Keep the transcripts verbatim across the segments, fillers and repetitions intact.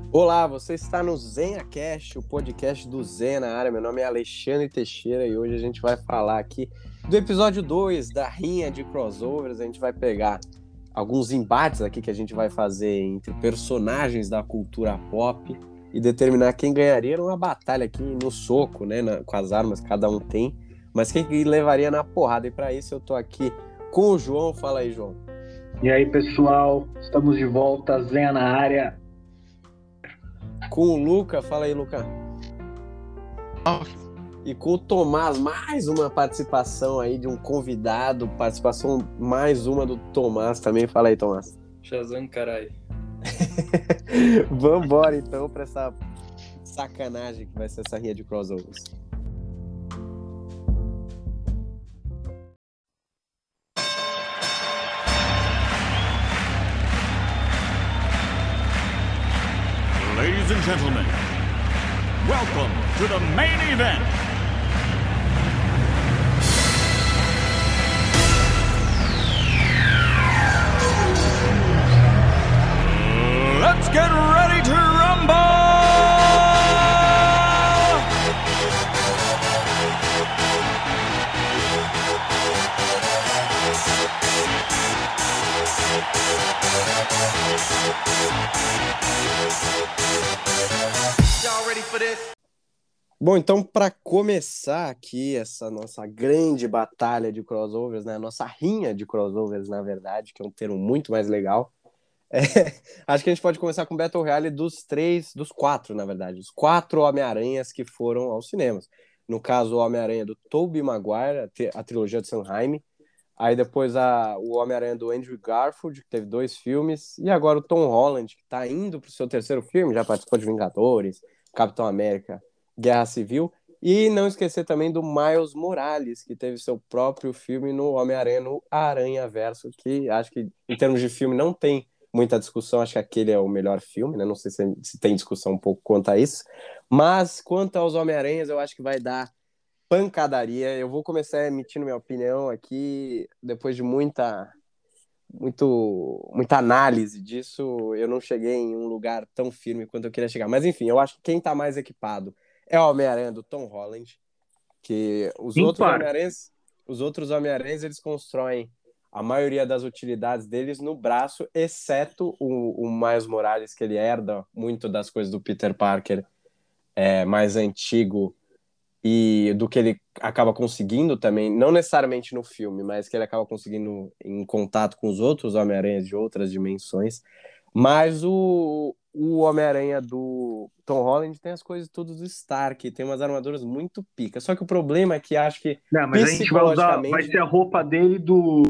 Olá, você está no ZenhaCast, o podcast do Zen na área. Meu nome é Alexandre Teixeira e hoje a gente vai falar aqui do episódio dois da rinha de crossovers. A gente vai pegar alguns embates aqui que a gente vai fazer entre personagens da cultura pop e determinar quem ganharia numa batalha aqui no soco, né, na, com as armas que cada um tem, mas quem levaria na porrada. E para isso eu tô aqui com o João. Fala aí, João. E aí, pessoal, estamos de volta, Zenha na área. Com o Luca. Fala aí, Luca. E com o Tomás, mais uma participação aí de um convidado, participação mais uma do Tomás também. Fala aí, Tomás. Shazam, caralho. Vambora então pra essa sacanagem que vai ser essa rinha de crossovers. Ladies and gentlemen, welcome to the main event. Let's get ready to rumble! Bom, então para começar aqui essa nossa grande batalha de crossovers, né? Nossa rinha de crossovers, na verdade, que é um termo muito mais legal. É, acho que a gente pode começar com o Battle Royale dos três, dos quatro, na verdade, os quatro Homem-Aranhas que foram aos cinemas. No caso, o Homem-Aranha do Tobey Maguire, a, tri- a trilogia de Sam Raimi. Aí depois a, o Homem-Aranha do Andrew Garfield, que teve dois filmes. E agora o Tom Holland, que está indo para o seu terceiro filme, já participou de Vingadores, Capitão América, Guerra Civil. E não esquecer também do Miles Morales, que teve seu próprio filme no Homem-Aranha, no Aranha-Verso, que acho que em termos de filme não tem muita discussão, acho que aquele é o melhor filme, né? Não sei se, se tem discussão um pouco quanto a isso. Mas quanto aos Homem-Aranhas, eu acho que vai dar pancadaria. Eu vou começar emitindo minha opinião aqui, depois de muita, muito, muita análise disso. Eu não cheguei em um lugar tão firme quanto eu queria chegar. Mas enfim, eu acho que quem está mais equipado é o Homem-Aranha do Tom Holland, que os outros Impar. Homem-Aranhas, os outros Homem-Aranhas, eles constroem a maioria das utilidades deles no braço, exceto o, o Miles Morales, que ele herda muito das coisas do Peter Parker é, mais antigo, e do que ele acaba conseguindo também, não necessariamente no filme, mas que ele acaba conseguindo em contato com os outros Homem-Aranhas de outras dimensões. Mas o, o Homem-Aranha do Tom Holland tem as coisas tudo do Stark, tem umas armaduras muito picas. Só que o problema é que acho que Não, mas a gente vai usar, vai psicologicamente... ser a roupa dele do,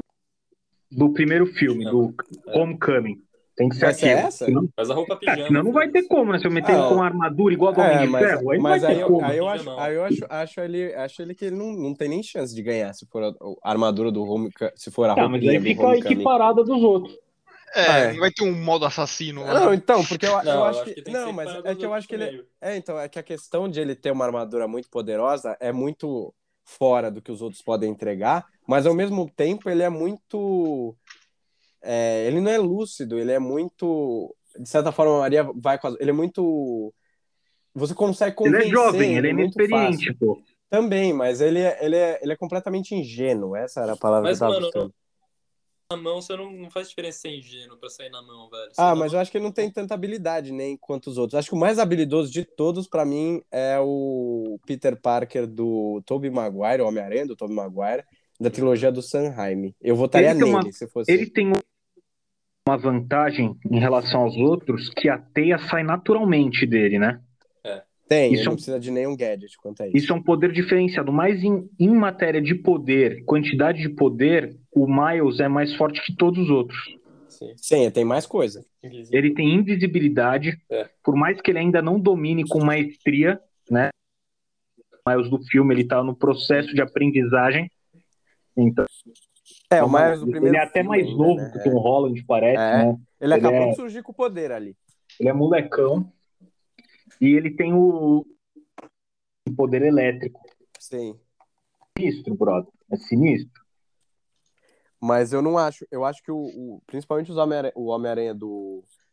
do primeiro filme, do É. Homecoming. Tem que ser Vai ser aquilo. essa? Senão, Faz a roupa ah, pijama. senão não vai ter foda-se. como, né? Se eu meter ele Ah, com armadura igual a do Homem É, de mas, Ferro, aí não mas vai aí, ter eu, como. aí eu acho, Pijamão. aí eu acho, acho ele, acho ele que ele não, não tem nem chance de ganhar se for a, a armadura do Home, se for a Tá, mas roupinha aí do fica a Homecoming. equiparada dos outros. Ah, É, é. não vai ter um modo assassino lá, Não, não. então, porque eu, eu Não, acho que, tem que não, ser mas equiparado é aos que eu outros acho que ele também. é, então, é que a questão de ele ter uma armadura muito poderosa é muito fora do que os outros podem entregar, mas ao mesmo tempo ele é muito é, ele não é lúcido, ele é muito, de certa forma, a Maria vai com as, ele é muito, você consegue Ele é convencer jovem, ele ele é muito inexperiente, fácil. pô. Também, mas ele é, ele é, ele é completamente ingênuo, essa era a palavra que eu Mas, tava mano, buscando. na mão você não, não faz diferença ser ingênuo pra sair na mão, velho. Sair Ah, na mas mão. eu acho que ele não tem tanta habilidade nem quanto os outros. Acho que o mais habilidoso de todos, pra mim, é o Peter Parker do Tobey Maguire, o Homem-Aranha do Tobey Maguire, da trilogia do Sam Raimi. Eu votaria Ele tem uma, nele, se fosse... ele tem uma vantagem em relação aos outros que a teia sai naturalmente dele, né? É. Tem, ele Isso é não um precisa de nenhum gadget quanto a isso. Isso é um poder diferenciado, mas em, em matéria de poder, quantidade de poder, o Miles é mais forte que todos os outros. Sim. Sim, tem mais coisa. Ele tem invisibilidade, É. por mais que ele ainda não domine com maestria, né? O Miles do filme, ele tá no processo de aprendizagem. Então, É, o vamos lá. Miles do Ele primeiro é até filme mais ainda, novo que o né? Tom Holland, parece, É, né? ele Ele acabou é, de surgir com o poder ali. ele é molecão e ele tem o poder elétrico. Sim. Sinistro, brother. É sinistro. Mas eu não acho. Eu acho que o, o- principalmente os Homem-Aranha, o Homem-Aranha do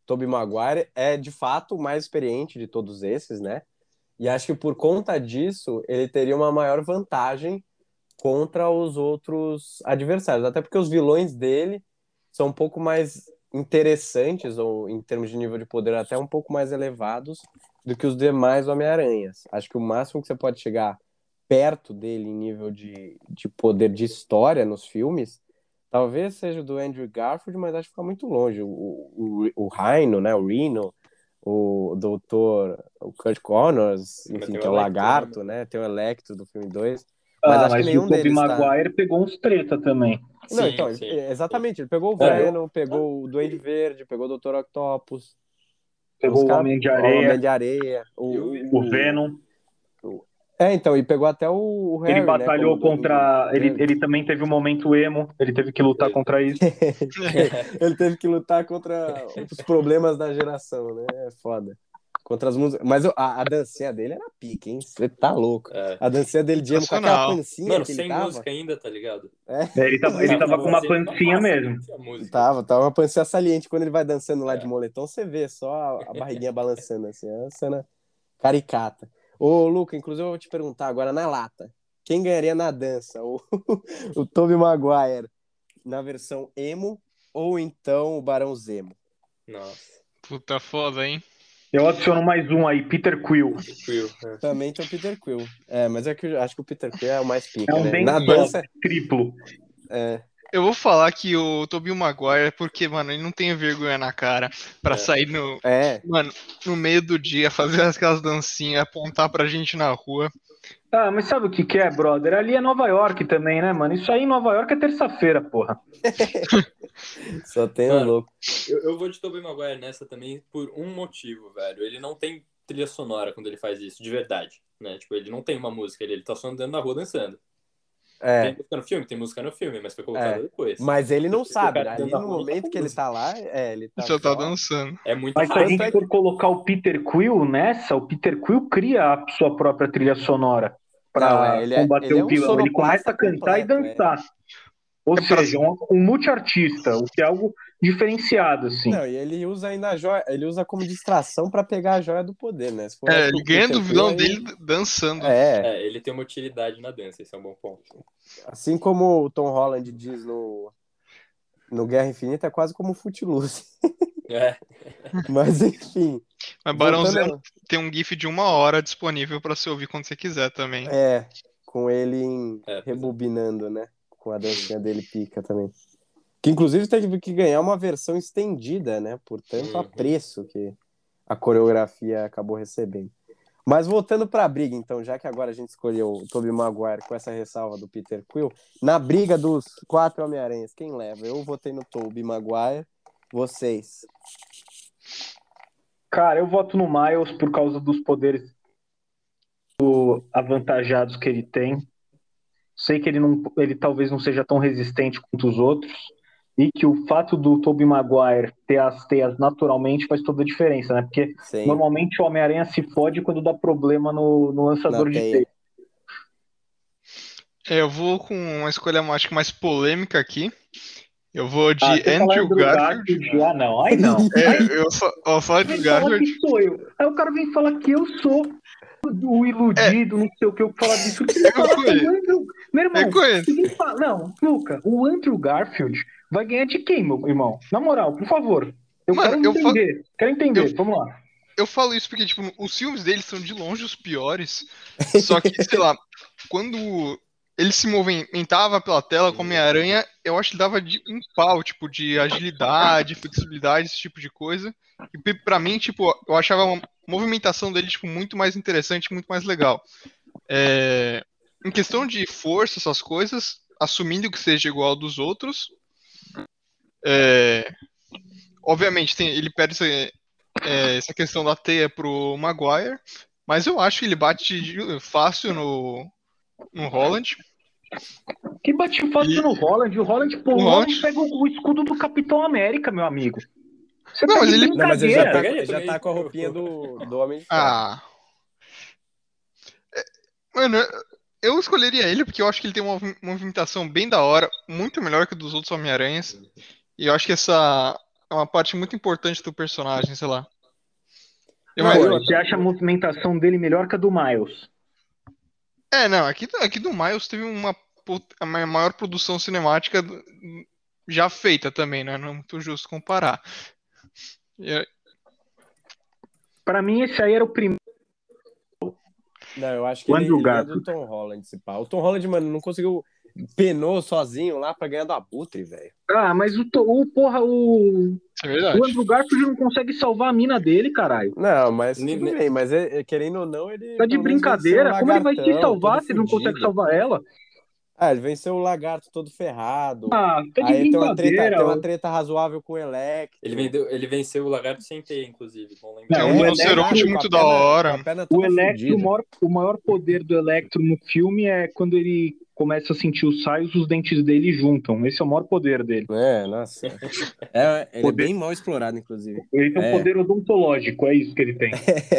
Tobey Maguire é, de fato, o mais experiente de todos esses, né? E acho que por conta disso, ele teria uma maior vantagem contra os outros adversários. Até porque os vilões dele são um pouco mais interessantes, ou em termos de nível de poder, até um pouco mais elevados do que os demais Homem-Aranhas. Acho que o máximo que você pode chegar perto dele em nível de, de poder de história nos filmes, talvez seja o do Andrew Garfield, mas acho que fica muito longe. O, o, o Rhino, né? O Rhino, o doutor o Kurt Connors, Mas enfim, tem o que é o Electro, Lagarto, né? né? Tem o Electro do filme dois. Mas Ah, acho que mas o nenhum Tobey deles tá... Maguire pegou uns treta também. Não, Sim, então, sim. exatamente. Ele pegou o É. Venom, pegou o Duende Verde, pegou o doutor Octopus. Pegou Os o cara- Homem de o Areia, Homem de Areia. O, Eu vi- o Venom. É, então, e pegou até o, o Harry, Ele batalhou né? como Duende contra. Ele, Verde. ele também teve um momento emo, ele teve que lutar Teve. contra isso. Ele teve que lutar contra os problemas da geração, né? É foda. Contra as músicas. Mas a, a dancinha dele era pique, hein? Você tá louco. É. A dancinha dele de emo com aquela Sensacional. pancinha Mano, que ele sem tava. música ainda, tá ligado? É, É, ele tava, ele tava com uma fazendo pancinha massa, mesmo. não tinha música. tava, tava uma pancinha saliente. Quando ele vai dançando lá É. de moletom, você vê só a, a barriguinha balançando assim. É uma cena caricata. Ô, Luca, inclusive eu vou te perguntar agora na lata. Quem ganharia na dança? O, o Tobey Maguire na versão emo ou então o Barão Zemo? Nossa, Puta foda, hein? Eu adiciono mais um aí, Peter Quill. tranquilo. É. Também tem o Peter Quill. É, mas é que eu acho que o Peter Quill é o mais pica, É um né? bem Na só, dança, triplo. é, Eu vou falar que o Tobey Maguire, porque, mano, ele não tem vergonha na cara pra É. sair no, é, mano, no meio do dia, fazer aquelas dancinhas, apontar pra gente na rua. Ah, mas sabe o que que é, brother? Ali é Nova York também, né, mano? Isso aí em Nova York é terça-feira, porra. só tem o Mano, louco. Eu, eu vou de Tobey Maguire nessa também por um motivo, velho. Ele não tem trilha sonora quando ele faz isso, de verdade. Né? Tipo, ele não tem uma música, ele, ele tá só andando na rua dançando. Tem É, música no filme? Tem música no filme, mas foi colocada É. depois. mas ele não O sabe, cara ali dentro da no rua, ele tá momento com que ele música. tá lá, é, ele tá Só tá só- dançando. É muito Mas se a rápido. gente é for colocar o Peter Quill nessa, o Peter Quill cria a sua própria trilha sonora Não, pra é, ele é- combater ele é o um vilão. Ele começa sonoplasta a cantar e completo, é. dançar. Ou É pra- seja, um, um multiartista, o que é algo diferenciado, assim. Não, e ele usa ainda a joia, ele usa como distração pra pegar a joia do poder, né? Se for É, assim, ele o ganha Peter do vilão Quill, aí- dele dançando. É, É, ele tem uma utilidade na dança, esse é um bom ponto. assim como o Tom Holland diz no, no Guerra Infinita, é quase como o Footloose. É, Mas enfim. Mas Barão voltando- Zemo tem um GIF de uma hora disponível pra você ouvir quando você quiser também. É, com ele em- É, pois é. rebobinando, né? Com a dancinha dele pica também. Que inclusive teve que ganhar uma versão estendida, né? Portanto, Uhum. apreço que a coreografia acabou recebendo. Mas voltando pra briga, então, já que agora a gente escolheu o Tobey Maguire com essa ressalva do Peter Quill, na briga dos quatro Homem-Aranhas, quem leva? Eu votei no Tobey Maguire, vocês. Cara, eu voto no Miles por causa dos poderes do- avantajados que ele tem. Sei que ele, não, ele talvez não seja tão resistente quanto os outros. E que o fato do Tobey Maguire ter as teias naturalmente faz toda a diferença, né? Porque Sim, normalmente o Homem-Aranha se fode quando dá problema no, no na lançador de teia. teia. É, eu vou com uma escolha acho que mais polêmica aqui. Eu vou de Ah, você fala Andrew Andrew Garfield. Garfield, ah não, aí não. É, eu só, ó, só Andrew Vem falar Garfield. que sou eu. Aí o cara vem falar que eu sou o iludido, não sei o que eu falar disso. Você vem falar que é o Andrew... Meu irmão, Eu conheço. você vem falar... Não, Luca, o Andrew Garfield vai ganhar de quem, meu irmão? Na moral, por favor. Eu Mano, quero eu entender. Quero entender, eu- vamos lá. Eu falo isso porque, tipo, os filmes dele são de longe os piores. Só que, sei lá, quando ele se movimentava pela tela como Homem-Aranha, eu acho que dava de, um pau, tipo, de agilidade, flexibilidade, esse tipo de coisa. E pe- pra mim, tipo, eu achava a movimentação dele, tipo, muito mais interessante, muito mais legal. É, em questão de força, essas coisas, assumindo que seja igual ao dos outros, é, obviamente tem, ele perde essa, é, essa questão da teia pro Maguire, mas eu acho que ele bate de- fácil no, no Holland. Que bate fácil E- no Holland. O Holland, pô, o O Holland Holland- pega o, o escudo do Capitão América, meu amigo. Você Não, tá mas de ele- Não, mas ele já tá, brincadeira. Pegaria já também. tá com a roupinha do, do Homem de Ferro. Ah. É, Mano, eu escolheria ele porque eu acho que ele tem uma movi- movimentação bem da hora, muito melhor que a dos outros Homem-Aranhas. E eu acho que essa é uma parte muito importante do personagem, sei lá. Eu, Pô, eu- você acha a movimentação dele melhor que a do Miles? é, não, aqui, aqui do Miles teve uma, pu- a ma- maior produção cinemática do- já feita também, né? Não é muito justo comparar. E- Pra mim, esse aí era o primeiro. Não, eu acho que O ele, Andrew ele é do Garfield. Tom Holland, esse pá. O Tom Holland, mano, não conseguiu. Penou sozinho lá pra ganhar do Abutre, velho. Ah, mas o, to- o porra, o, Isso é o verdade. Andrew Garfield não consegue salvar a mina dele, caralho. Não, mas Ne- tudo ne- bem, mas é- é, querendo ou não, ele Tá de pelo menos venceu o brincadeira? Como ele vai se lagartão, salvar todo se ele não consegue fudido. salvar ela? Ah, ele venceu o lagarto todo ferrado. Ah, tá de Aí tem uma treta, brincadeira. tem uma treta razoável com o Electro. Ele, vendeu, ele venceu o lagarto sem ter, inclusive. Bom Tem lembrar. um É, o rinoceronte Electro muito com a da perna- hora. com a perna O toda Electro, o fudida. maior, o maior poder do Electro no filme é quando ele começa a sentir os saios, os dentes dele juntam. Esse é o maior poder dele. É, nossa. É, ele Poder- é bem mal explorado, inclusive. Ele tem um É. poder odontológico, é isso que ele tem.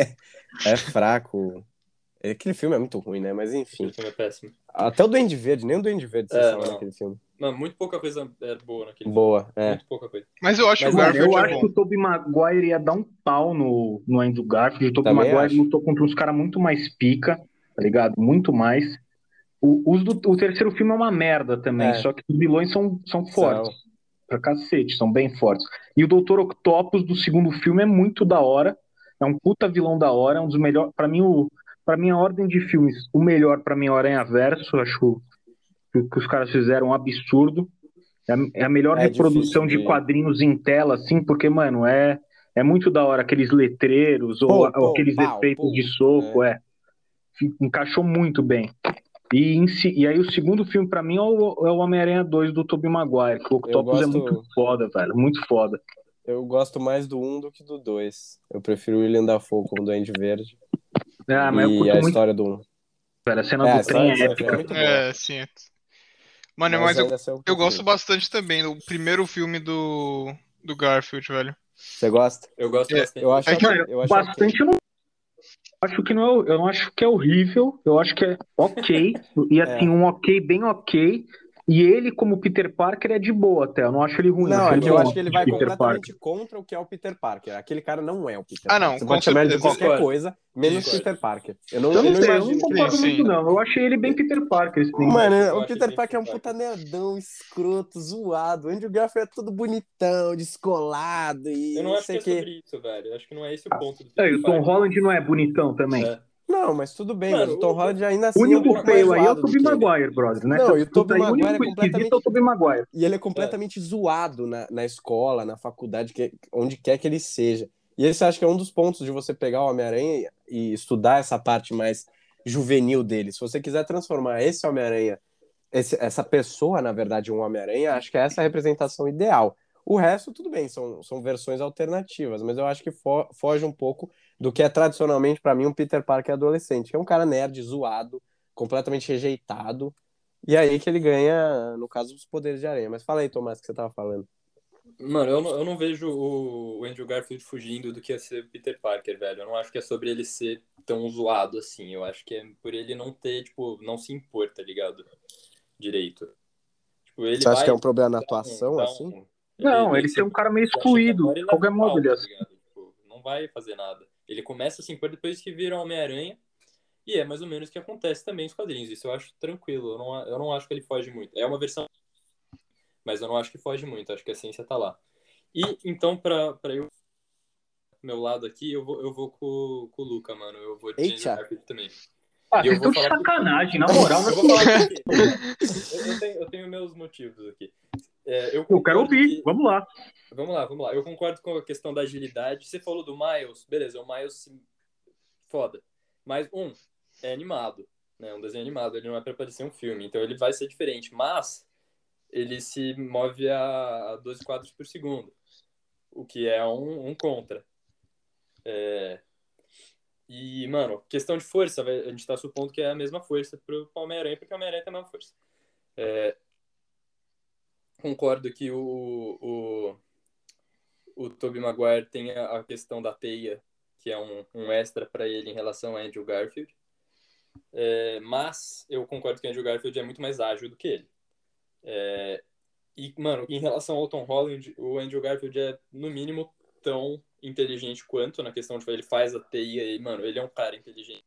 É fraco. Aquele filme é muito ruim, né? Mas enfim. Aquele filme é péssimo. Até o Duende Verde, nem o Duende Verde você É, salva não. naquele filme. Mano, muito pouca coisa é boa naquele Boa, filme. é. Muito pouca coisa. Mas eu acho Mas, que o mano, Garfield eu é acho bom. que o Tobey Maguire ia dar um pau no, no Andrew Garfield. O Tobey Também Maguire acho. lutou contra uns caras muito mais pica, tá ligado? Muito mais. O, os do, o terceiro filme é uma merda também, É. só que os vilões são, são fortes. São. Pra cacete, são bem fortes. E o doutor Octopus do segundo filme é muito da hora. É um puta vilão da hora, é um dos melhores. Pra mim, o, pra mim, a ordem de filmes, o melhor pra mim é o Aranhaverso. Acho que o que os caras fizeram um absurdo. É a, é a melhor É reprodução difícil de... de- quadrinhos em tela, assim, porque, mano, é, é muito da hora aqueles letreiros ou, Pô, ou pô, aqueles pau, efeitos pô. de soco, é. Fi- Encaixou muito bem. E, em si- e aí o segundo filme pra mim é o, é o Homem-Aranha dois do Tobey Maguire, que o Octopus é gosto- muito foda, velho, muito foda. Eu gosto mais do um do que do dois. Eu prefiro o William Dafoe como Duende Verde. Ah, mas eu e curto a muito, história do um. velho, a cena É, do a trem história é do épica. é muito boa. É, sim. Mano, Mas mas eu, ainda assim eu eu prefiro. gosto bastante também do primeiro filme do, do Garfield, velho. Você gosta? Eu gosto É, bastante. Eu acho, É que- Mano, eu acho bastante eu não acho que não é, eu não acho que é horrível, eu acho que é ok, e assim, É. um ok, bem ok, e ele como Peter Parker é de boa até, eu não acho ele ruim. Não, acho é ele que eu bom acho que ele de vai Peter completamente contra o que é o Peter Parker. Aquele cara não é o Peter Ah, Parker. não, Você com pode chamar ele de certeza. qualquer Discordo. coisa, menos Discordo. Peter Parker. Eu não, Eu não eu não sei, eu imagino não que concordo Sim, muito sim. não, eu achei ele bem Peter Parker, esse filme. Mano, Eu o acho Peter ele Parker é um Peter puta Parker. nerdão, escroto, zoado. O Andrew Garfield é todo bonitão, descolado e Eu não não acho que sei é o quê. sobre isso, velho. Eu acho que não é esse o ponto do É, e Peter o Tom Parker. Holland não é bonitão também. É. Não, mas tudo bem, Mano, mas o Tom o- Holland ainda O assim é um único pouco mais feio aí é o zoado do Tobey que ele. Maguire, brother. Nessa Não, e o disputa Tobey aí, Maguire é único esquisito completamente- é o Tobey Maguire. E ele é completamente zoado na, na escola, na faculdade, que, onde quer que ele seja. E esse acho que é um dos pontos de você pegar o Homem-Aranha e estudar essa parte mais juvenil dele. Se você quiser transformar esse Homem-Aranha, esse- essa pessoa, na verdade, em um Homem-Aranha, acho que é essa a representação ideal. O resto, tudo bem, são, são versões alternativas, mas eu acho que fo- foge um pouco do que é tradicionalmente, pra mim, um Peter Parker adolescente, que é um cara nerd, zoado, completamente rejeitado, e aí que ele ganha, no caso, os poderes de aranha. Mas fala aí, Tomás, o que você tava falando. Mano, eu não, eu não vejo o, o Andrew Garfield fugindo do que é ser Peter Parker, velho. Eu não acho que é sobre ele ser tão zoado assim. Eu acho que é por ele não ter, tipo, não se impor, tá ligado? Direito. Tipo, ele Você acha vai que é um problema na dar atuação, dar assim? Não, meio ele que tem se- um cara meio se acha excluído. que agora De ele qualquer leva modo, pau, ele é tá assim. ligado? Tipo, não vai fazer nada. Ele começa a se impor depois que vira Homem-Aranha. E é mais ou menos o que acontece também nos quadrinhos. Isso eu acho tranquilo. Eu não, eu não acho que ele foge muito. É uma versão, mas eu não acho que foge muito. Acho que a essência tá lá. E então, pra, pra eu meu lado aqui, eu vou, eu vou com, com o Luca, mano. Eu vou de Eita. Andrew Garfield também. Ah, E eu vocês vou estão de falar por quê. sacanagem, na moral. Eu Não... vou falar por quê. Eu, eu, tenho, eu tenho meus motivos aqui. É, eu, Eu quero concordo ouvir, que- vamos lá. Vamos lá, vamos lá. Eu concordo com a questão da agilidade. Você falou do Miles, beleza, o Miles foda. Mas, um, é animado, né? Um desenho animado, ele não é pra parecer um filme, então ele vai ser diferente. Mas ele se move a doze quadros por segundo, o que é um, um contra. É... E, mano, questão de força, vai- a gente tá supondo que é a mesma força pro Homem-Aranha, porque o Homem-Aranha tem a mesma força. É... Concordo que o, o, o Tobey Maguire tem a a questão da teia, que é um, um extra para ele em relação a Andrew Garfield. É, mas eu concordo que Andrew Garfield é muito mais ágil do que ele. É, E, mano, em relação ao Tom Holland, o Andrew Garfield é, no mínimo, tão inteligente quanto na questão de tipo, ele faz a teia e, mano, ele é um cara inteligente.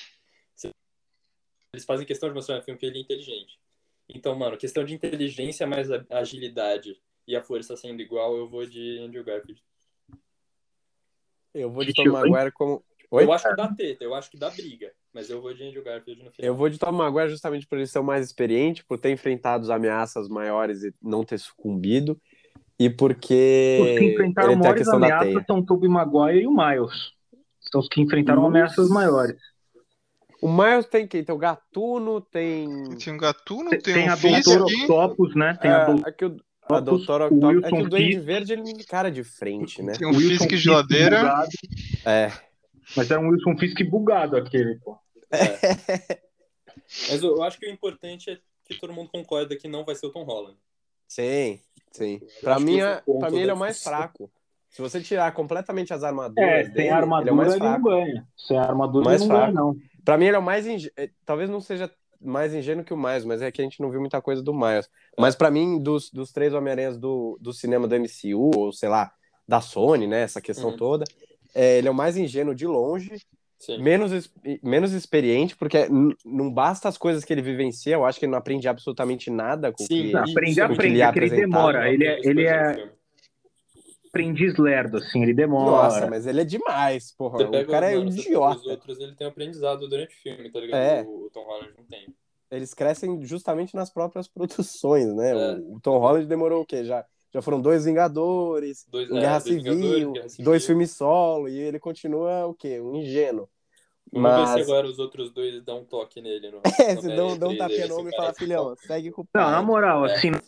Eles fazem questão de mostrar no filme que ele é inteligente. Então, mano, questão de inteligência mais a agilidade e a força sendo igual, eu vou de Andrew Garfield. Eu vou de Tom Maguire como... Oi? Eu acho que dá treta, eu acho que dá briga, mas eu vou de Andrew Garfield no final. Eu vou de Tom Maguire justamente por ele ser o mais experiente, por ter enfrentado ameaças maiores e não ter sucumbido, e porque os que enfrentaram ele tem a maiores questão da ameaças teia. são o Tobey Maguire e o Miles. São os que enfrentaram Nossa. ameaças maiores. O Miles tem quem? Tem o Gatuno, tem... Tem um Gatuno, Tem, tem, tem um a Doutora Fisk. Octopus, né? Tem É, a Doutora é que o, a Doutora o Octopus... É que Wilson o Duende Fisk. Verde, ele encara de frente, né? Tem um Fisk Fisk geladeira. bugado. É. Mas era um Wilson Fisk bugado aquele, pô. É. Mas eu, eu acho que o importante é que todo mundo concorda que não vai ser o Tom Holland. Sim, sim. Eu Pra acho que mim, esse é é- o ponto pra mim ele é da o mais discussão. fraco. Se você tirar completamente as armaduras É, dele, sem ele é o armadura mais ele não fraco. ganha. Sem armadura Mais ele não ganha, fraco. não. Pra mim ele é o mais ingênuo. Talvez não seja mais ingênuo que o Miles, mas é que a gente não viu muita coisa do Miles. Mas pra mim, dos, dos três Homem-Aranhas do, do cinema da M C U, ou sei lá, da Sony, né, essa questão Uhum. toda, é, ele é o mais ingênuo de longe, Sim. menos, es- menos experiente, porque n- não basta as coisas que ele vivencia, eu acho que ele não aprende absolutamente nada com o Sim, que... Não, Aprende, isso é com o que aprende. lhe é É que ele apresentado. demora. Ele é, ele é aprendiz lerdo, assim. Ele Nossa, demora. mas ele é demais, porra. Você O pega, cara é um mano, você pega os idiota. outros, ele tem aprendizado durante o filme, tá ligado? É. O, o Tom Holland não tem. Eles crescem justamente nas próprias produções, né? É. O, o Tom Holland demorou o quê? Já, já foram dois Vingadores, Dois, um é, Guerra, dois Civil, Vingadores, Guerra Civil. dois filmes solo, e ele continua o quê? Um ingênuo. Vamos ver se Mas, agora os outros dois dão um toque nele. No, é, no se dão, dão um Homem-Aranha três, tapinha aí no vai ombro e ser fala, cara de filhão, pau. segue com o Não, na pai. moral, É. assim.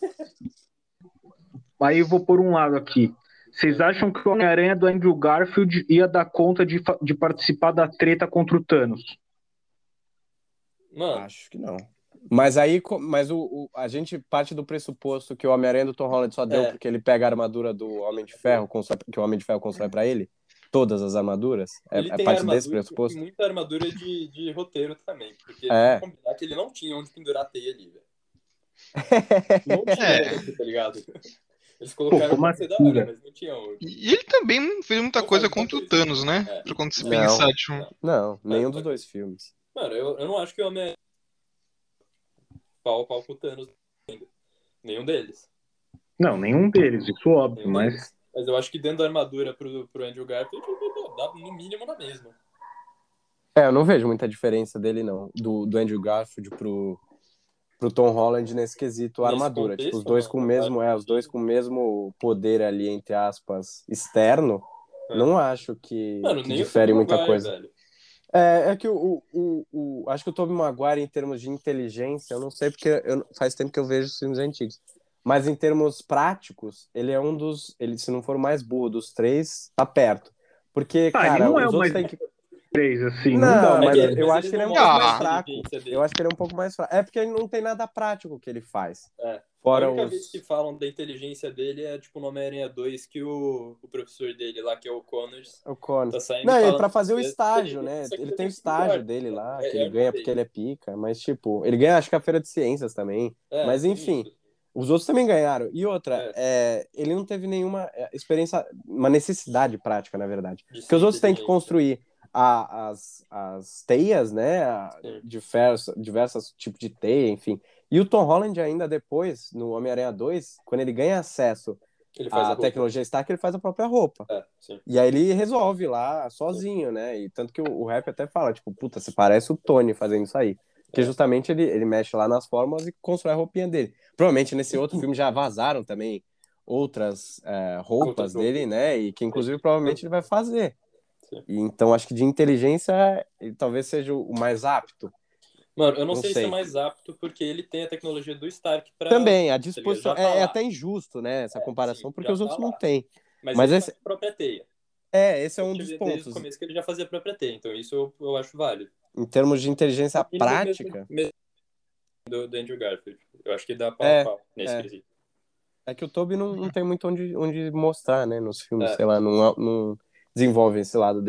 Aí eu vou por um lado aqui. Vocês acham que o Homem-Aranha do Andrew Garfield ia dar conta de, fa- de participar da treta contra o Thanos? Mano, Acho que não. Mas aí, co- mas o, o- a gente parte do pressuposto que o Homem-Aranha do Tom Holland só deu É. porque ele pega a armadura do Homem de Ferro, constrói- que o Homem de Ferro constrói pra ele, todas as armaduras. É, ele é tem parte armadura, desse pressuposto? e muita armadura de, de roteiro também. Porque É. vamos combinar que ele não tinha onde pendurar a teia ali, velho. Não tinha É. onde, tá ligado? Eles colocaram Pô, como pra ser da assim, hora, velho? mas não tinha onde. E ele também não fez muita Não coisa faz muita contra o coisa. Thanos, né? É. Pra quando se Não. pensar, tipo. Não, nenhum Mas- dos dois filmes. Mano, eu, eu não acho que o Homem pau a pau com o Thanos ainda. Nenhum deles. Não, nenhum deles, isso óbvio, Nenhum mas. deles. Mas eu acho que dentro da armadura pro, pro Andrew Garfield, dá no mínimo na mesma. É, eu não vejo muita diferença dele, não. Do, do Andrew Garfield pro, pro Tom Holland nesse quesito Nesse armadura. contexto, Tipo, os dois não, com o não mesmo, acho é, os dois que- com o mesmo poder ali, entre aspas, externo. É. Não acho que, Mano, que nem o difere Tobey muita Maguire, coisa. velho. É, é que o, o, o, o- acho que o Tobey Maguire, em termos de inteligência, eu não sei porque eu, faz tempo que eu vejo os filmes antigos. Mas em termos práticos, ele é um dos. Ele, se não for o mais burro dos três, tá perto. Porque, Ah, ele cara, não é os o outros mais têm que. três, assim, não, Não, dá, mas mas. É que- eu mas acho que ele é um eles pouco não mais mais mostram a fraco. inteligência dele. Eu acho que ele é um pouco mais fraco. É porque ele não tem nada prático que ele faz. É. Fora a única os. vez que falam da inteligência dele é tipo no Homem-Aranha dois, que o, o professor dele lá, que é o Connors, O Connor. tá saindo Não, e e falando pra fazer o que estágio, ele- né? isso aqui Ele é tem o muito estágio melhor. dele lá, É- que é ele a ganha única porque vez. ele é pica. Mas, tipo, ele ganha, acho que a Feira de Ciências também. É, Mas, tem enfim. isso. Os outros também ganharam. E outra, é, ele não teve nenhuma é, experiência, uma necessidade prática, na verdade. De Porque ser os outros têm que inteligente. construir a- as, as teias, né? A- Sim. Diversos, diversos tipos de teia, enfim. E o Tom Holland ainda depois, no Homem-Aranha dois, quando ele ganha acesso Ele faz a à roupa. tecnologia Stark, ele faz a própria roupa. É, sim. E aí ele resolve lá sozinho, né? E tanto que o, o rap até fala, tipo, puta, você parece o Tony fazendo isso aí. Porque É. justamente ele, ele mexe lá nas fórmulas e constrói a roupinha dele. Provavelmente nesse outro filme já vazaram também outras é, roupas Outras dele, roupas. né? E que inclusive provavelmente ele vai fazer. Sim. E, então acho que de inteligência ele talvez seja o mais apto. Mano, eu não, Não sei, sei. se é mais apto, porque ele tem a tecnologia do Stark pra... Também, a disposição. já tá é, é lá. até injusto, né? Essa É, comparação, sim, porque já os tá outros lá. não têm. Mas, Mas ele esse- faz a própria teia. É, esse é um Porque dos Desde o pontos. começo que ele já fazia a própria teia. Então isso eu, eu acho válido. Em termos de inteligência No mínimo, prática, mesmo- mesmo do, do Andrew Garfield. Eu acho que dá pau É, a pau nesse é. quesito. é que o Toby não, não tem muito onde, onde mostrar, né? Nos filmes, É. sei lá, não, não desenvolve esse lado dele.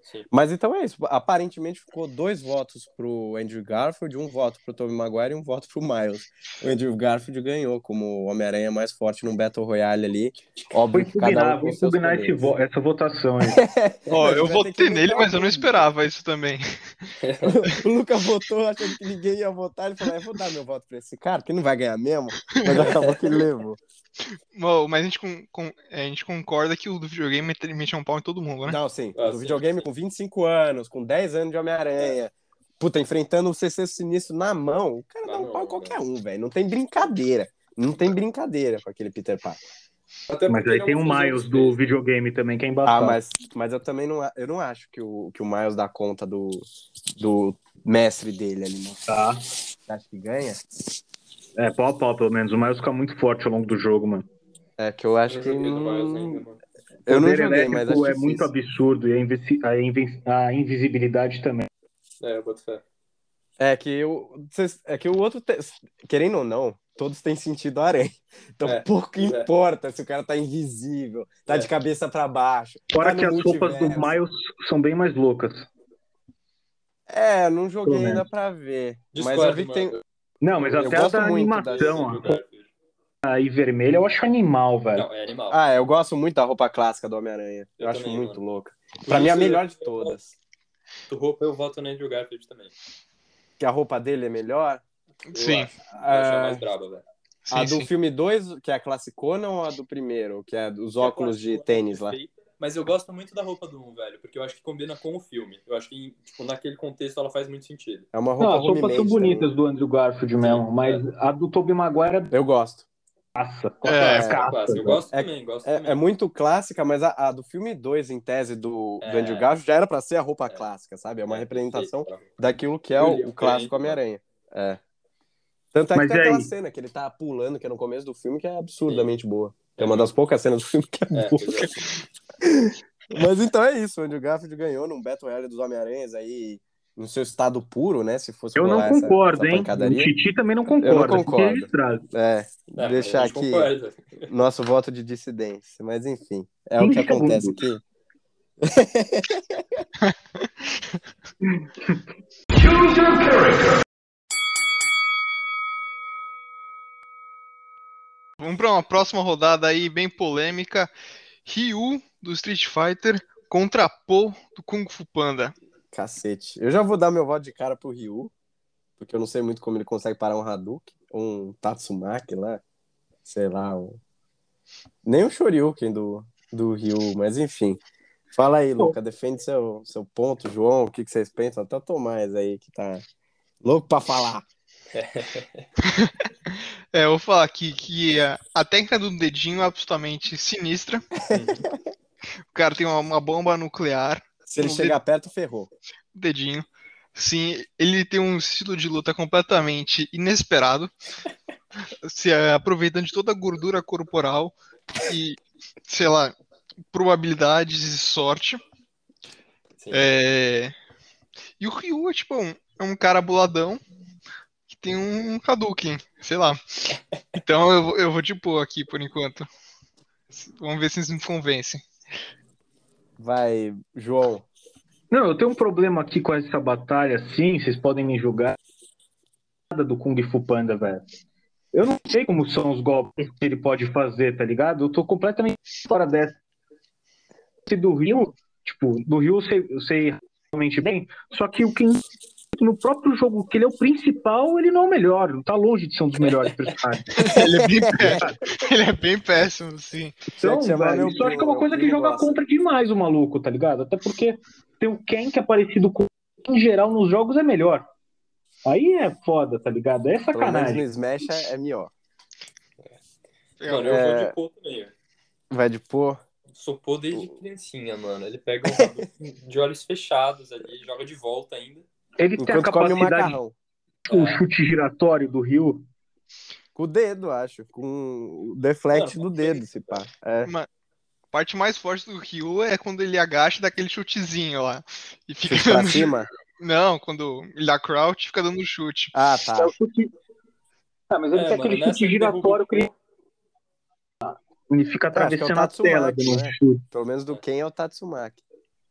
Sim. Mas então é isso. Aparentemente ficou dois votos pro Andrew Garfield, um voto pro Tobey Maguire e um voto pro Miles. O Andrew Garfield ganhou como o Homem-Aranha mais forte num Battle Royale ali. Vou Óbvio que cada impugnar, um vou com seus impugnar esse poderes. vo- essa votação aí. Ó, A gente eu vai ter que votei nele, imitar o mas eu não público. esperava isso também. O Luca votou achando que ninguém ia votar. Ele falou: eu vou dar meu voto pra esse cara, que não vai ganhar mesmo. Mas acabou que ele levou. Bom, mas a gente, com, com- é, a gente concorda que o do videogame mete, mete um pau em todo mundo, né? Não, sim. Ah, do sim, videogame sim. com vinte e cinco anos, com dez anos de Homem-Aranha. Puta, enfrentando o C C Sinistro na mão. O cara Na dá um mão, pau em qualquer né? um, velho. Não tem brincadeira. Não tem brincadeira com aquele Peter Parker. Até Mas porque aí ele é tem uma o fusão Miles dos do três, né? videogame também, que é Ah, embaçado. mas, mas eu também não, eu não acho que o, que o Miles dá conta do, do mestre dele ali, não. Tá. Você acha que ganha? É, pau a pau, pelo menos. O Miles fica muito forte ao longo do jogo, mano. É que eu Eu acho não que. joguei do Miles Não... ainda, mano. Eu O não poder joguei, mas acho elétrico é muito difícil. absurdo e a, invis- a invis- a invisibilidade também. É, eu boto fé. É que, eu, cês- é que o outro, te- querendo ou não, todos têm sentido aranha. Então É, pouco pois é. importa se o cara tá invisível, tá É. de cabeça pra baixo, Fora tá que no as roupas do multiverso. Miles são bem mais loucas. É, não joguei Pelo ainda menos. pra ver. Mas eu Discordo, vi que tem. mano. Não, mas Eu até Eu a gosto da muito Do animação, Andrew a Garfield. aí vermelha, eu acho animal, velho. Não, é animal. Ah, eu gosto muito da roupa clássica do Homem-Aranha. Eu, Eu acho também, muito mano. louca. Por Pra mim, é a isso, melhor de eu- todas. Do roupa eu voto no Andrew Garfield também. Que a roupa dele é melhor. Eu Sim, acho. Eu acho a Ah, mais braba, velho. sim, a do sim. filme dois, que é a classicona, ou a do primeiro, que é os Que a óculos de clássica é tênis lá? perfeita, mas eu gosto muito da roupa do um, velho, porque eu acho que combina com o filme. Eu acho que, tipo, naquele contexto ela faz muito sentido. É uma Não, roupa as roupas são homemade bonitas também. do Andrew Garfield mesmo, mas a do Tobey Maguire é Eu gosto. caça. É, É, clássica, caça, clássica. Eu velho. gosto É, também, gosto é, também. é muito clássica, mas a, a do filme dois, em tese, do, do Andrew É. Garfield, já era pra ser a roupa É. clássica, sabe? É uma É, representação perfeito, cara. daquilo que é Eu o, li o o clássico prêmio, Homem-Aranha. É. Tanto é que Mas tem e aquela aí? cena que ele tá pulando, que é no começo do filme, que é absurdamente boa. Que é uma É das muito- poucas cenas do filme que é É, boa. pois é. Mas então é isso, o Andrew Garfield ganhou num Battle Royale dos Homem-Aranhas aí, no seu estado puro, né? Se fosse Eu não rolar essa, concordo, essa hein? O pancadaria. Titi também não Eu não concorda. Fique concordo. registrado. É, É, deixar a gente aqui concorda. nosso voto de dissidência. Mas enfim, é o que quinze acontece segundos. aqui. Vamos para uma próxima rodada aí bem polêmica. Ryu do Street Fighter contra Paul do Kung Fu Panda. Cacete. Eu já vou dar meu voto de cara pro Ryu, porque eu não sei muito como ele consegue parar um Hadouken, um Tatsumaki lá, sei lá, um... nem o Shoryuken do, do Ryu, mas enfim. Fala aí, Luca, defende seu, seu ponto, João, o que, que vocês pensam? Até o Tomás aí, que tá louco pra falar. É, eu vou falar aqui que a, a técnica do dedinho é absolutamente sinistra. O cara tem uma, uma bomba nuclear Se ele no chegar perto, ferrou. dedinho. Sim, ele tem um estilo de luta completamente inesperado, se é, aproveitando de toda a gordura corporal e, sei lá, probabilidades e sorte. Sim. É, E o Ryu é tipo um, é um cara boladão que tem um Hadouken, sei lá. Então eu, vou- eu vou de pôr aqui por enquanto. Vamos ver se eles me convencem. Vai, João. Não, eu tenho um problema aqui com essa batalha, sim, vocês podem me julgar. Nada do Kung Fu Panda, velho. Eu não sei como são os golpes que ele pode fazer, tá ligado? Eu tô completamente fora dessa. Esse do Ryu, tipo, do Ryu eu sei, eu sei realmente bem, só que o que no próprio jogo, que ele é o principal, ele não é o melhor, não tá longe de ser um dos melhores personagens. Ele é bem péssimo. Ele é bem péssimo, sim. Tinha Então, que chamar velho, meu isso eu acho que é primo, uma meu coisa que primo joga gosta. contra demais o maluco, tá ligado? Até porque tem o Ken que é parecido com em geral nos jogos é melhor. Aí é foda, tá ligado? É Pelo menos no sacanagem. Smash é, é melhor. Mano, eu É. vou de Paul também, velho. Vai de pôr. Sou Paul desde criancinha, mano. Ele pega um Hadouken de olhos fechados ali, joga de volta ainda. Ele tem a Enquanto come o capacidade, macarrão. o chute giratório do Ryu. Com o dedo, acho. Com o deflect Mano, do dedo, se pá. É. Uma- A parte mais forte do Ryu é quando ele agacha e dá aquele chutezinho lá. E fica Chute pra dando- cima? Não, quando ele dá crouch e fica dando chute. Ah, É tá. o chute. Ah, mas ele É, tem mano, aquele nessa chute ele derruba giratório o que ele, ele fica É, acho que é o atravessando a tela Tatsumaki, dando um né? chute. Pelo menos do Ken é o Tatsumaki.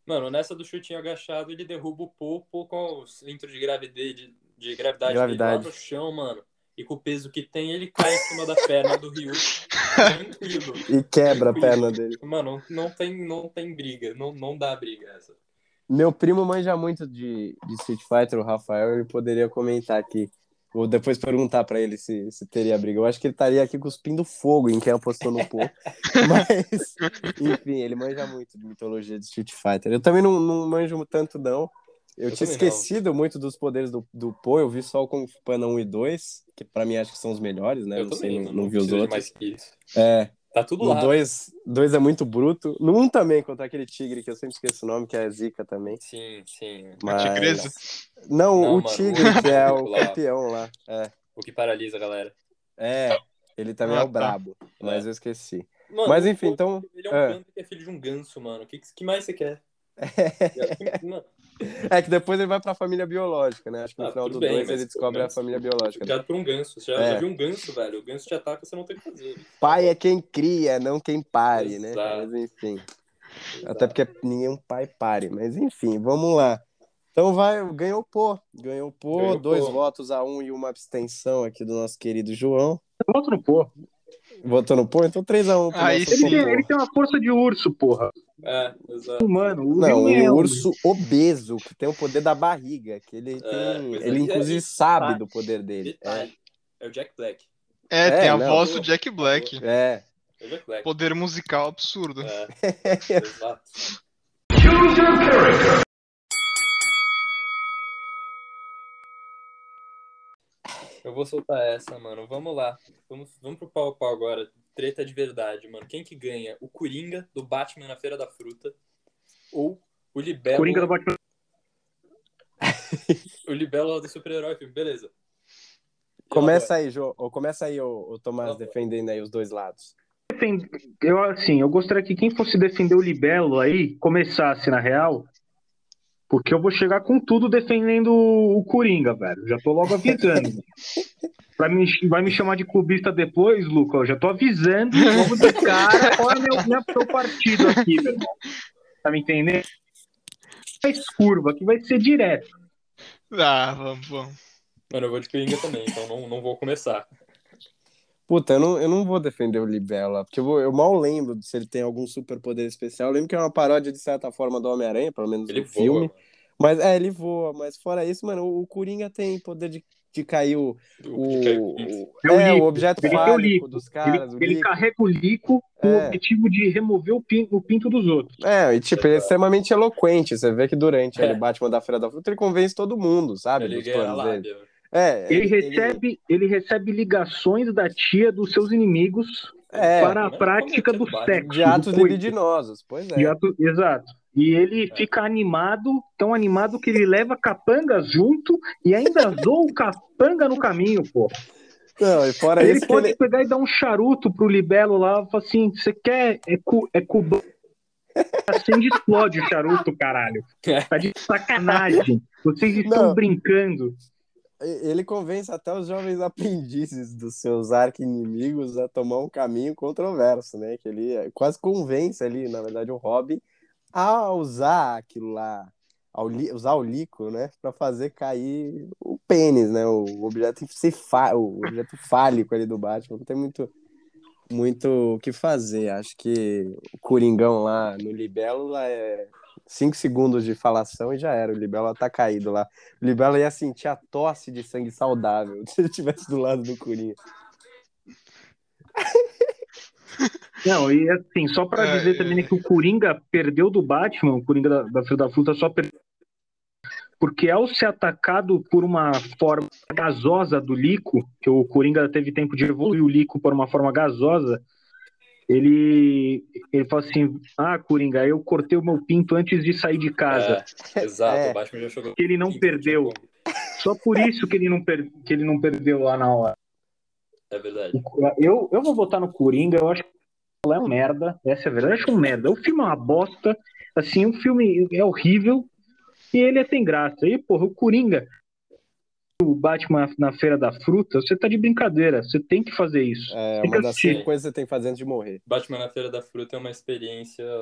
Mano, nessa do chutinho agachado, ele derruba o Popo com o centro de gravidade, de, de gravidade, Gravidade. dele lá no chão, mano. E com o peso que tem, ele cai em cima da perna do Ryu. Tranquilo. E quebra a Tranquilo. perna dele. Mano, não tem, não tem briga. Não, não dá briga essa. Meu primo manja muito de, de Street Fighter, o Rafael, ele poderia comentar aqui. Ou depois perguntar pra ele se, se teria briga. Eu acho que ele estaria aqui cuspindo fogo em quem apostou no Pô. Mas, enfim, ele manja muito de mitologia de Street Fighter. Eu também não, não manjo tanto, não. Eu, Eu tinha também não. esquecido muito dos poderes do, do Pô. Eu vi só o Kung Fu Panda um e dois, que pra mim acho que são os melhores, né? Eu não também, sei, mano, não, não vi os preciso de outros. mais que isso. É, Tá tudo no lá. dois, dois é muito bruto. No um também, contra aquele tigre, que eu sempre esqueço o nome, que é Zika também. Sim, sim. Mas... Tigresa? Não, Não, o mano, tigre, o- que é o lá. campeão lá. É, O que paralisa a galera. é ele também Ah, é o tá. brabo, mas É. eu esqueci. Mano, Mas o enfim, Popo, então... Ele é um é. panda que é filho de um ganso, mano. O que, que mais você quer? Mano, É que depois ele vai pra família biológica, né? Acho que no ah, final tudo do bem, dois mas ele pô, descobre a ganso, família biológica. Né? criado por um ganso. Você já, É. já viu um ganso, velho? O ganso te ataca, você não tem o que fazer. Pai é quem cria, não quem pare, né? Exato. Mas enfim. Exato. Até porque nenhum pai pare. Mas enfim, vamos lá. Então vai, ganhou o Pô. Ganhou o Pô, Ganhou o dois Pô. votos a um e uma abstenção aqui do nosso querido João. Eu voto no Pô. Votou no Pô? Então três a um pro Aí nosso Ele tem, Popô. ele tem uma força de urso, porra. É, exato. Humano. O Não, Ryu é o um- urso obeso, que tem o poder da barriga, que ele tem. pois é. Ele E- inclusive e- sabe tá. do poder dele. É, Detalhe. É o Jack Black. É, É, tem a não. voz do Jack Black. é. É o Jack Black. Poder musical absurdo. É, exato. Eu vou soltar essa, mano. Vamos lá. Vamos, vamos pro pau a pau agora. Treta de verdade, mano. Quem que ganha? O Coringa do Batman na Feira da Fruta ou o Libélula... Coringa do Batman. O Libélula do super-herói filme. Beleza. Começa aí, João. Ou começa aí, o, o Tomás, Elabora. defendendo aí os dois lados. Eu, assim, eu gostaria que quem fosse defender o Libelo aí começasse, na real, porque eu vou chegar com tudo defendendo o Coringa, velho. Já tô logo avisando. Vai me, vai me chamar de clubista depois, Luca? Eu já tô avisando logo de cara qual é o meu, meu, meu partido aqui, meu irmão. Tá me entendendo? Mais curva, que vai ser direto. Ah, vamos, vamos. Mano, eu vou de Coringa também, então não, não vou começar. Puta, eu não, eu não vou defender o Libélula, porque eu, vou- eu mal lembro se ele tem algum superpoder especial. Eu lembro que é uma paródia, de certa forma, do Homem-Aranha, pelo menos Ele no voa, filme. mano. Mas é, ele voa. Mas fora isso, mano, o, o Coringa tem poder de, de cair o. O o, que cai- o- É o é, o líquido. objeto Ele tem o fálico líquido. dos Ele, caras. o ele líquido. carrega o líquido com É. o objetivo de remover o pinto, o pinto dos outros. É, e tipo, ele é extremamente eloquente. Você vê que durante É. ele, o Batman da Feira da Fruta, ele convence todo mundo, sabe? Ele dos ganha a planos dele. lábia. É, Ele, recebe, ele... recebe ligações da tia dos seus inimigos É, para a como é- prática como é do que é do Batman? sexo. de atos do coito. libidinosos. Pois De é. ato- Exato. E ele É. fica animado, tão animado que ele leva capangas junto e ainda zoa o capanga no caminho, pô. Não, e fora Ele isso que pode ele. pegar e dar um charuto pro Libelo lá, fala assim, você quer, é, cu, é cubano, acende e explode o charuto, caralho. Tá de sacanagem. Vocês estão Não. brincando. Ele convence até os jovens aprendizes dos seus arqui-inimigos a tomar um caminho controverso, né? Que ele quase convence ali, na verdade, o Robin a usar aquilo lá, ao li- usar o líquido, né? Pra fazer cair o pênis, né? O objeto, encefá- o objeto fálico ali do Batman. Não tem muito, muito o que fazer. Acho que o Coringão lá no Libélula é cinco segundos de falação e já era. O Libélula tá caído lá. O Libélula ia sentir a tosse de sangue saudável se ele estivesse do lado do Coringa. Não, e assim, só pra É, dizer é. também né, que o Coringa perdeu do Batman, o Coringa da, da Filha da Fruta só perdeu porque ao ser atacado por uma forma gasosa do Lico, que o Coringa teve tempo de evoluir o Lico por uma forma gasosa, ele, ele fala assim, ah, Coringa, eu cortei o meu pinto antes de sair de casa. É, exato, É. o Batman já jogou. Que ele não Pinto, perdeu. não tinha como. Só por isso que ele não, per, que ele não perdeu lá na hora. É verdade. Eu, eu vou votar no Coringa, eu acho que é um merda, essa é a verdade, eu acho um merda. O filme é uma bosta, assim, o filme é horrível e ele é sem graça. E, porra, o Coringa, o Batman na Feira da Fruta, você tá de brincadeira, você tem que fazer isso. É Tem que uma das assistir. cinco coisas que você tem que fazer antes de morrer. Batman na Feira da Fruta é uma experiência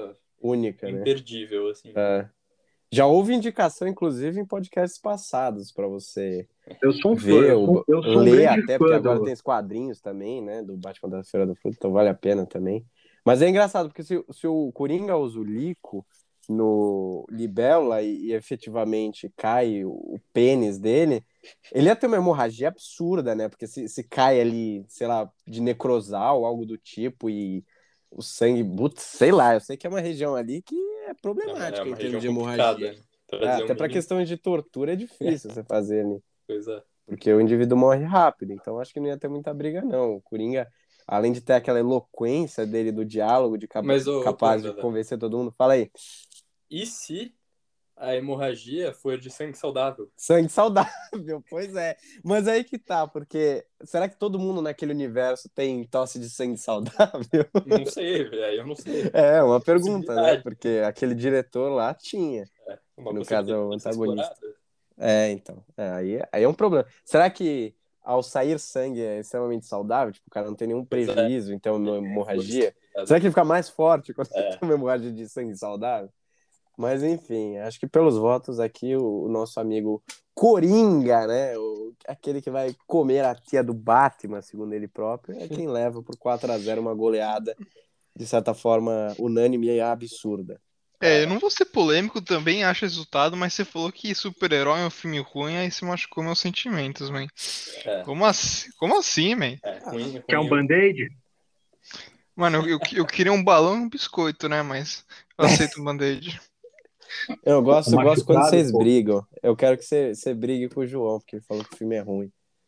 única, né? imperdível, assim. É. Já houve indicação, inclusive, em podcasts passados para você Eu sou um fã, ver, eu sou, eu sou um ler grande até, porque fã agora do... tem os quadrinhos também, né, do Batman da Feira do Fruto, então vale a pena também. Mas é engraçado, porque se, se o Coringa usa o Lico no Libélula e, e efetivamente cai o, o pênis dele, ele ia ter uma hemorragia absurda, né, porque se, se cai ali, sei lá, de necrosal ou algo do tipo e o sangue, putz, sei lá, eu sei que é uma região ali que é É problemática uma em termos região de complicada, hemorragia. né? Pra É, dizer até o para mínimo. questão de tortura é difícil você fazer ali, Pois é. porque o indivíduo morre rápido, então acho que não ia ter muita briga, não. O Coringa, além de ter aquela eloquência dele do diálogo, de capa- Mas, ô, ô, capaz de Panda, convencer todo mundo, fala aí, e se a hemorragia for de sangue saudável? sangue saudável, pois é. Mas aí que tá, porque será que todo mundo naquele universo tem tosse de sangue saudável? Não sei, velho, eu não sei. É, uma pergunta, né? Possibilidade. Porque aquele diretor lá tinha, É, uma no caso é o possibilidade de ser antagonista. explorada. É, então. É, aí, aí é um problema. Será que ao sair sangue é extremamente saudável? Tipo, o cara não tem nenhum Pois é. prejuízo, então uma hemorragia? É. Será que ele fica mais forte quando É. tem uma hemorragia de sangue saudável? Mas enfim, acho que pelos votos aqui, o, o nosso amigo Coringa, né? O, aquele que vai comer a tia do Batman, segundo ele próprio, é quem leva por quatro a zero uma goleada, de certa forma, unânime e absurda. É, eu não vou ser polêmico, também acho resultado, mas você falou que super-herói é um filme ruim, aí você machucou meus sentimentos, man. É. Como assim, como assim, man? É, ruim, ruim. Quer um band-aid? Mano, eu, eu, eu queria um balão e um biscoito, né? Mas eu aceito um band-aid. Eu gosto, eu gosto quando Machucado, vocês pô. brigam. Eu quero que você, você brigue com o João, porque ele falou que o filme é ruim.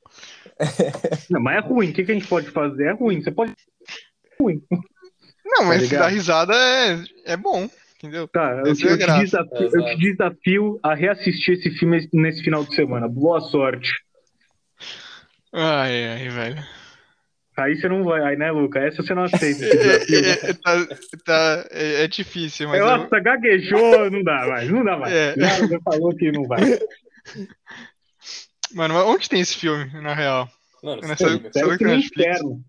Não, mas é ruim. O que, que a gente pode fazer? É ruim. Você pode. Não, mas se ligado? dar risada é, é bom, entendeu? Tá, eu Essa te, é a eu, te graça. desafio, eu te desafio a reassistir esse filme nesse final de semana. Boa sorte. Ai, ai, velho. Aí você não vai, aí, né, Luca? Essa você não aceita É, esse desafio. é, é, tá, tá- é- é difícil, mas eu. Nossa, gaguejou, não dá mais, não dá mais. É. Já, já falou que não vai. Mano, mas onde tem esse filme, na real? Mano, É sério, nessa- Espero será que que no na Netflix? inferno.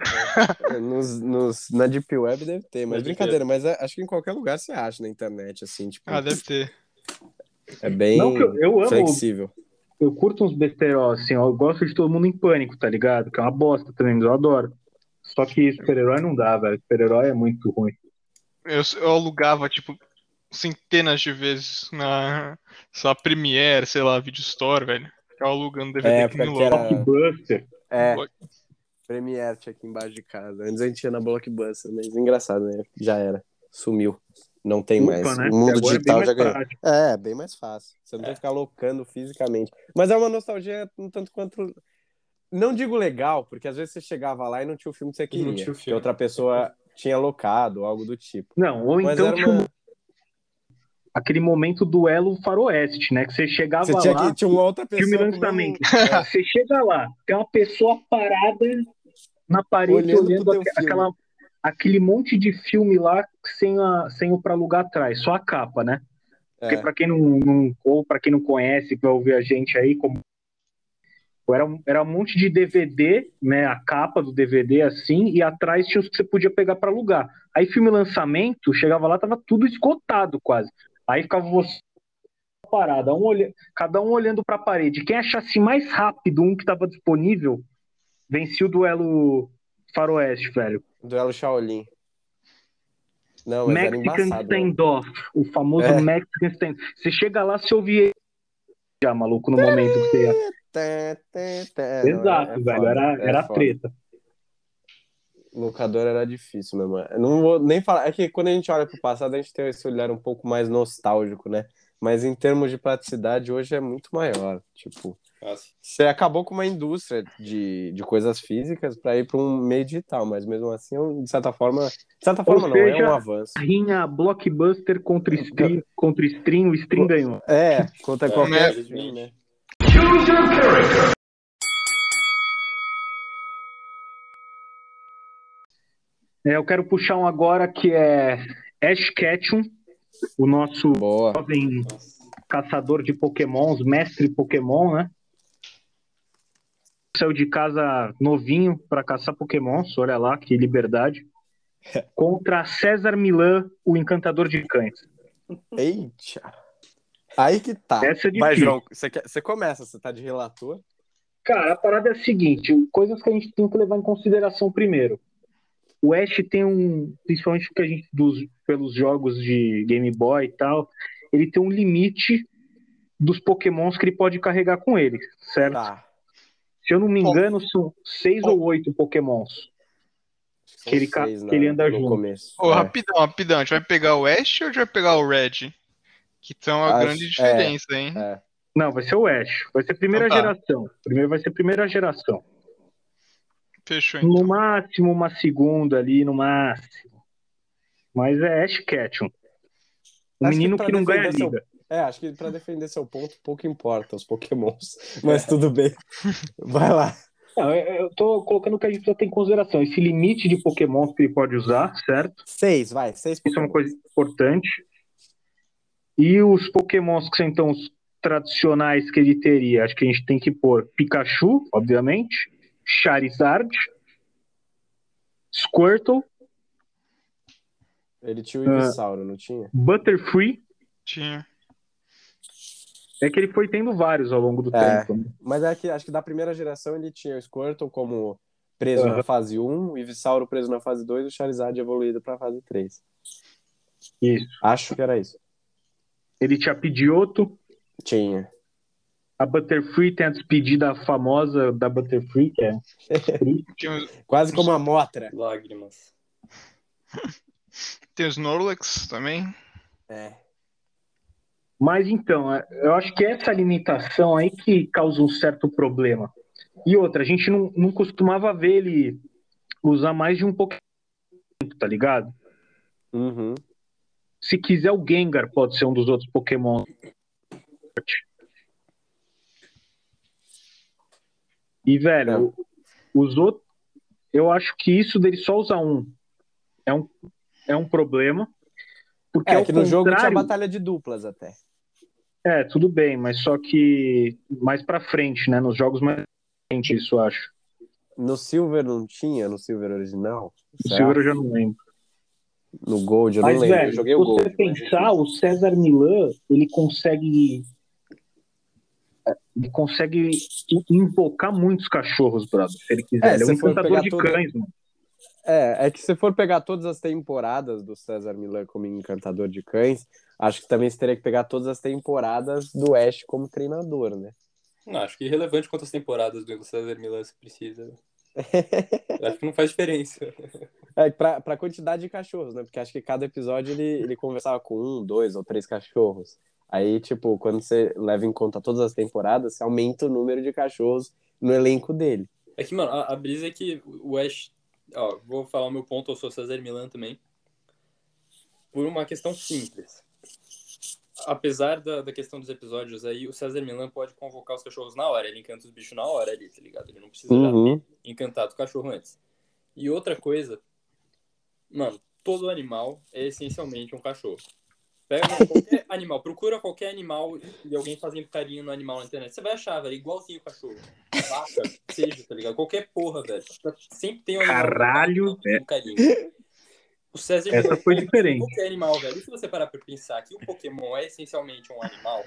Nos, nos, na Deep Web deve ter, mas Na Deep brincadeira, mas é- acho que em qualquer lugar você acha na internet, assim, tipo, Ah, deve ter. é bem Não que eu, eu amo, flexível. eu curto uns besterol, assim, ó, eu gosto de Todo Mundo em Pânico, tá ligado? Que é uma bosta também, mas eu adoro. Só que super-herói não dá, velho. Super-herói é muito ruim. Eu, eu alugava, tipo, centenas de vezes na só Premiere, sei lá, Video Store, velho. Ficava alugando D V D É, que nem porque louco. era. Blockbuster. É, Premiere tinha aqui embaixo de casa. Antes a gente ia na Blockbuster, mas engraçado, né? Já era. Sumiu. Não tem Ufa, mais. né? O mundo Porque agora é bem digital mais já ganhou. prático. É, bem mais fácil. Você não tem que ficar locando fisicamente. Mas é uma nostalgia um tanto quanto. Não digo legal, porque às vezes você chegava lá e não tinha o filme que você Não queria. tinha o Que filme. outra pessoa tinha locado, algo do tipo. Não, ou Mas então era tinha um- uma. aquele momento duelo faroeste, né? Que você chegava Você tinha, lá, que... tinha uma outra filme pessoa com o lançamento. mesmo- É, Você chega lá, tem uma pessoa parada na parede olhando olhando, pro teu aque- filme. aquela, aquele monte de filme lá sem, a, sem o pra alugar atrás, só a capa, né? Porque É. pra quem não, não ou para quem não conhece, que vai ouvir a gente aí, como era um, era um monte de D V D, né? A capa do D V D assim, e atrás tinha os que você podia pegar pra alugar. Aí filme lançamento, chegava lá, tava tudo esgotado quase. Aí ficava você parada, um olha... cada um olhando pra parede. Quem achasse mais rápido um que tava disponível, vencia o duelo faroeste, velho. Duelo Shaolin. Não, mas era Mexican embaçado. Mano. Standoff, o famoso É. Mexican Standoff. Você chega lá, você ouve ele já, maluco, no momento que você ia. Tã, tã, tã. Não, Exato, é- é velho, foda, era, é era foda. treta. Locador era difícil mesmo. Eu não vou nem falar. É que quando a gente olha pro passado, a gente tem esse olhar um pouco mais nostálgico, né? Mas em termos de praticidade, hoje é muito maior. Tipo, Nossa. você acabou com uma indústria de, de coisas físicas para ir para um meio digital, mas mesmo assim, é um- de certa forma, de certa forma não, é seja, um avanço. Rinha Blockbuster contra stream, contra stream, o stream ganhou. É, contra É, qualquer né? stream, né? É, eu quero puxar um agora que é Ash Ketchum, o nosso Boa. jovem Nossa. caçador de pokémons, mestre Pokémon, né? Saiu de casa novinho para caçar pokémons, olha lá, que liberdade. contra César Millan, o encantador de cães. Eita. Aí que tá. Essa é Vai, difícil. João, você, quer, você começa, você tá de relator. Cara, a parada é a seguinte, coisas que a gente tem que levar em consideração primeiro. O Ash tem um, principalmente que a gente, dos, pelos jogos de Game Boy e tal, ele tem um limite dos Pokémons que ele pode carregar com ele, certo? Tá. Se eu não me Bom. engano, são seis Bom. ou oito Pokémons São que ele, ca- seis que ele na- anda no junto. começo. Ô, É. rapidão, rapidão. A gente vai pegar o Ash ou a gente vai pegar o Red? Que são a Acho- grande diferença, hein? É. Não, vai ser o Ash. Vai ser a primeira Então tá. geração. Primeiro vai ser a primeira geração. Fechou, No então. máximo uma segunda ali, no máximo. Mas é Ash Ketchum. Um Acho que menino pra que, não ganha defender seu- liga. É, acho que pra defender seu ponto, pouco importa os Pokémons. Mas tudo bem. Vai lá. Não, eu eu tô colocando o que a gente precisa ter em consideração. Esse limite de Pokémon que ele pode usar, certo? Seis, vai. Seis Isso é uma Pokémons. coisa importante. E os Pokémons que são então os tradicionais que ele teria, acho que a gente tem que pôr Pikachu, obviamente, Charizard, Squirtle, Ele tinha o Ivysauro, não tinha? Butterfree. Tinha. É que ele foi tendo vários ao longo do É. tempo. né? Mas é que acho que da primeira geração ele tinha o Squirtle como preso Aham. na fase um, o Ivysauro preso na fase dois e o Charizard evoluído pra fase três. Isso. Acho que era isso. Ele tinha Pidgeotto, Tinha. a Butterfree tem a despedida famosa da Butterfree, que é Tinha, os- Quase como a Motra. Lágrimas. tem os Snorlax também. É. Mas então, é, eu acho que essa limitação aí que causa um certo problema. E outra, a gente não, não costumava ver ele usar mais de um Pokémon, tá ligado? Uhum. Se quiser, o Gengar pode ser um dos outros Pokémon. E, velho, É. o- os outros. Eu acho que isso dele só usar um é um, é um problema. Porque É, ao que no jogo tinha contrário- batalha de duplas até. É, tudo bem, mas só que mais pra frente, né? Nos jogos mais pra frente, isso eu acho. No Silver não tinha, no Silver original? O Será? Silver eu já não lembro. No Gold, eu Mas, não lembro. velho, Eu joguei se o você Gold. mas- pensar, o César Millan, ele consegue. Ele consegue invocar muitos cachorros, brother, se ele quiser. É, ele é um se for encantador pegar de todo- cães, mano. É, é que se for pegar todas as temporadas do César Millan como encantador de cães, acho que também você teria que pegar todas as temporadas do Ash como treinador, né? Não, acho que irrelevante quantas temporadas do César Millan você precisa. Eu acho que não faz diferença. É, pra, pra quantidade de cachorros, né? Porque acho que cada episódio ele, ele conversava com um, dois ou três cachorros. Aí, tipo, quando você leva em conta todas as temporadas, você aumenta o número de cachorros no elenco dele. É que, mano, a, a brisa é que o Ash... Ó, vou falar o meu ponto, eu sou César Millan também. Por uma questão simples. Apesar da, da questão dos episódios aí, o César Millan pode convocar os cachorros na hora. Ele encanta os bichos na hora ali, tá ligado? Ele não precisa já Uhum. ter encantado o cachorro antes. E outra coisa... Mano, todo animal é essencialmente um cachorro. Pega qualquer animal, procura qualquer animal e alguém fazendo carinho no animal na internet. Você vai achar, velho, igualzinho o cachorro. Vaca, seja, tá ligado? Qualquer porra, velho. Sempre tem um animal Caralho, fazendo carinho. O César Essa Millan foi pode diferente. Qualquer animal, velho. E se você parar pra pensar que o Pokémon é essencialmente um animal,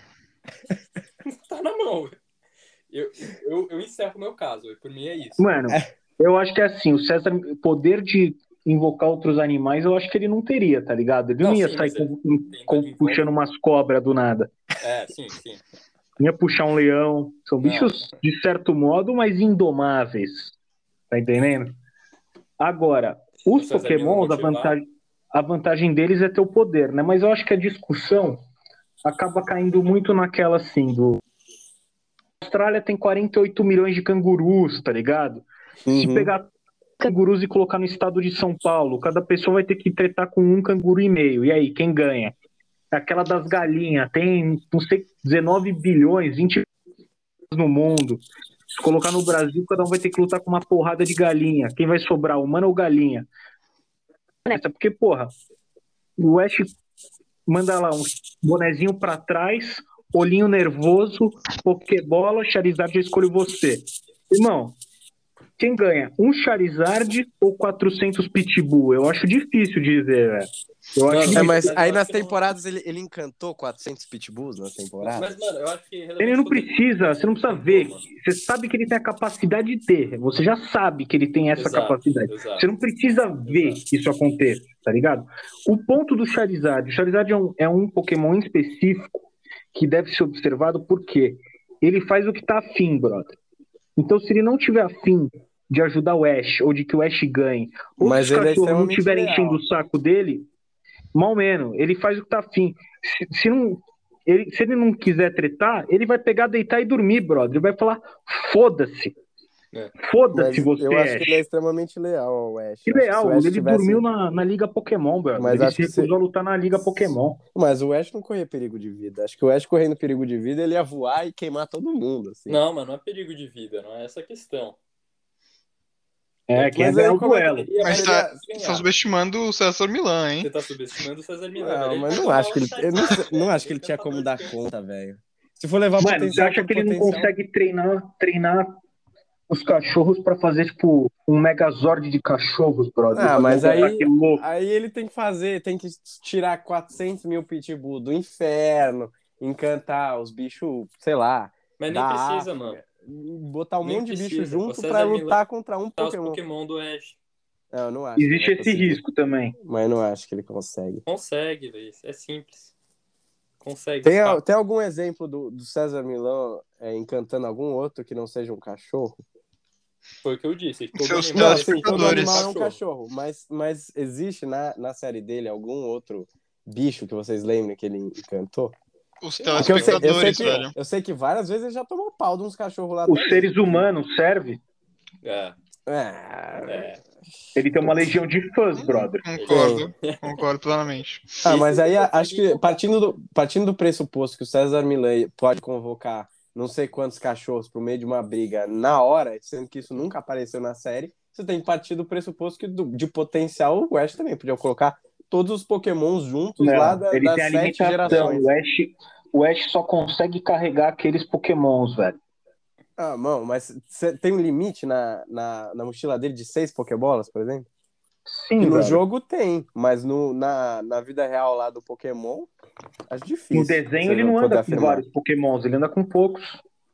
tá na mão, velho. Eu, eu, eu encerro o meu caso, por mim é isso. Mano, eu acho que é assim, o César, o poder de invocar outros animais, eu acho que ele não teria, tá ligado? Ele não, Não, ia sim, sair mas ele com- tem- com- envolve- puxando umas cobras do nada. É, sim, sim. Não ia puxar um leão. São Não. bichos, de certo modo, mas indomáveis. Tá entendendo? Agora, os O César Pokémons, Millan a motivar. vantagem, a vantagem deles é ter o poder, né? Mas eu acho que a discussão acaba caindo muito naquela assim, do... A Austrália tem quarenta e oito milhões de cangurus, tá ligado? Se Uhum. pegar cangurus e colocar no estado de São Paulo, cada pessoa vai ter que tretar com um canguru e meio. E aí, quem ganha? Aquela das galinhas, tem, não sei, dezenove bilhões, vinte no mundo. Se colocar no Brasil, cada um vai ter que lutar com uma porrada de galinha. Quem vai sobrar, humano ou galinha? Porque, porra, o Ash manda lá um bonezinho pra trás, olhinho nervoso, Pokébola, Charizard, eu escolho você. Irmão, Quem ganha? Um Charizard ou quatrocentos Pitbull? Eu acho difícil dizer, velho. Eu Mano, acho É, difícil. mas Mas eu aí acho nas que não- temporadas ele, ele encantou quatrocentos pitbulls nas temporadas? Mas, mano, eu acho que Ele relevante não poder- precisa, você não precisa Tentou, ver. mano. Você sabe que ele tem a capacidade de ter. Você já sabe que ele tem essa Exato, capacidade. exato. Você não precisa ver Exato. isso acontecer, tá ligado? O ponto do Charizard. O Charizard é um, é um Pokémon específico que deve ser observado porque ele faz o que tá afim, brother. Então, se ele não tiver afim de ajudar o Ash, ou de que o Ash ganhe, ou Mas se os ele é cachorros não extremamente estiverem leal. enchendo o saco dele, mal menos, ele faz o que tá afim. Se, se, não, ele, se ele não quiser tretar, ele vai pegar, deitar e dormir, brother. Ele vai falar, foda-se. É. Foda-se Mas você, eu acho Ash. que ele é extremamente leal ao Ash. Que Eu acho que leal, se o Ash ele tivesse- dormiu na, na Liga Pokémon, brother. Mas ele acho se que se- recusou a lutar na Liga Pokémon. Mas o Ash não corria perigo de vida. Acho que o Ash correndo perigo de vida, ele ia voar e queimar todo mundo, assim. Não, mas não é perigo de vida, não é essa a questão. É, quem Mas é aí ganhar o como é que- duelo. Ele ia Mas ele tá, ia você tá subestimando o César Milan, hein? Você tá subestimando o César Milano. Não, Ele mas vai não tomar acho que ele, um eu não, Charizard, não velho. acho que ele tinha como tentador dar de conta, velho. Se for levar Mano, você potencial acha por que ele não potencial- consegue treinar, treinar os cachorros pra fazer, tipo, um megazord de cachorros, brother? Ah, Fazer mas um aí, ataque louco. aí ele tem que fazer, tem que tirar quatrocentos mil pitbull do inferno, encantar os bichos, sei lá, Mas nem da precisa, África, mano. botar um Nem monte de bicho precisa. junto O pra César lutar contra um Tá os Pokémon. Pokémon do Ash. Não, eu não acho. que ele Existe vai esse conseguir, risco também. Mas não acho que ele consegue. Consegue, Luiz. É simples. Consegue. Tem, escapa. tem algum exemplo do, do César Millan é, encantando algum outro que não seja um cachorro? Foi o que eu disse. Todo Seus animal Não, é sim, todo telespectadores. animal é um cachorro, mas, mas existe na, na série dele algum outro bicho que vocês lembrem que ele encantou? Os Porque eu sei, eu, sei telespectadores, que, velho. eu sei que várias vezes ele já tomou pau de uns cachorros lá Os também. seres humanos serve. É, Ah, é. Ele tem uma legião de fãs, brother. Concordo, concordo plenamente. ah, mas aí Esse acho que consegue partindo do, partindo do pressuposto que o César Millan pode convocar não sei quantos cachorros pro meio de uma briga na hora, sendo que isso nunca apareceu na série, você tem que partir do pressuposto que do- de potencial o Ash também podia colocar todos os Pokémons juntos lá Não, da, ele das tem a sete limitação. gerações. O Ash, o Ash só consegue carregar aqueles Pokémons, velho. Ah, mano, mas cê tem um limite na, na, na mochila dele de seis Pokébolas, por exemplo? Sim, Que no velho. jogo tem, mas no, na, na vida real lá do Pokémon, acho difícil. No desenho você ele não poder anda com afirmar. vários Pokémons, ele anda com poucos.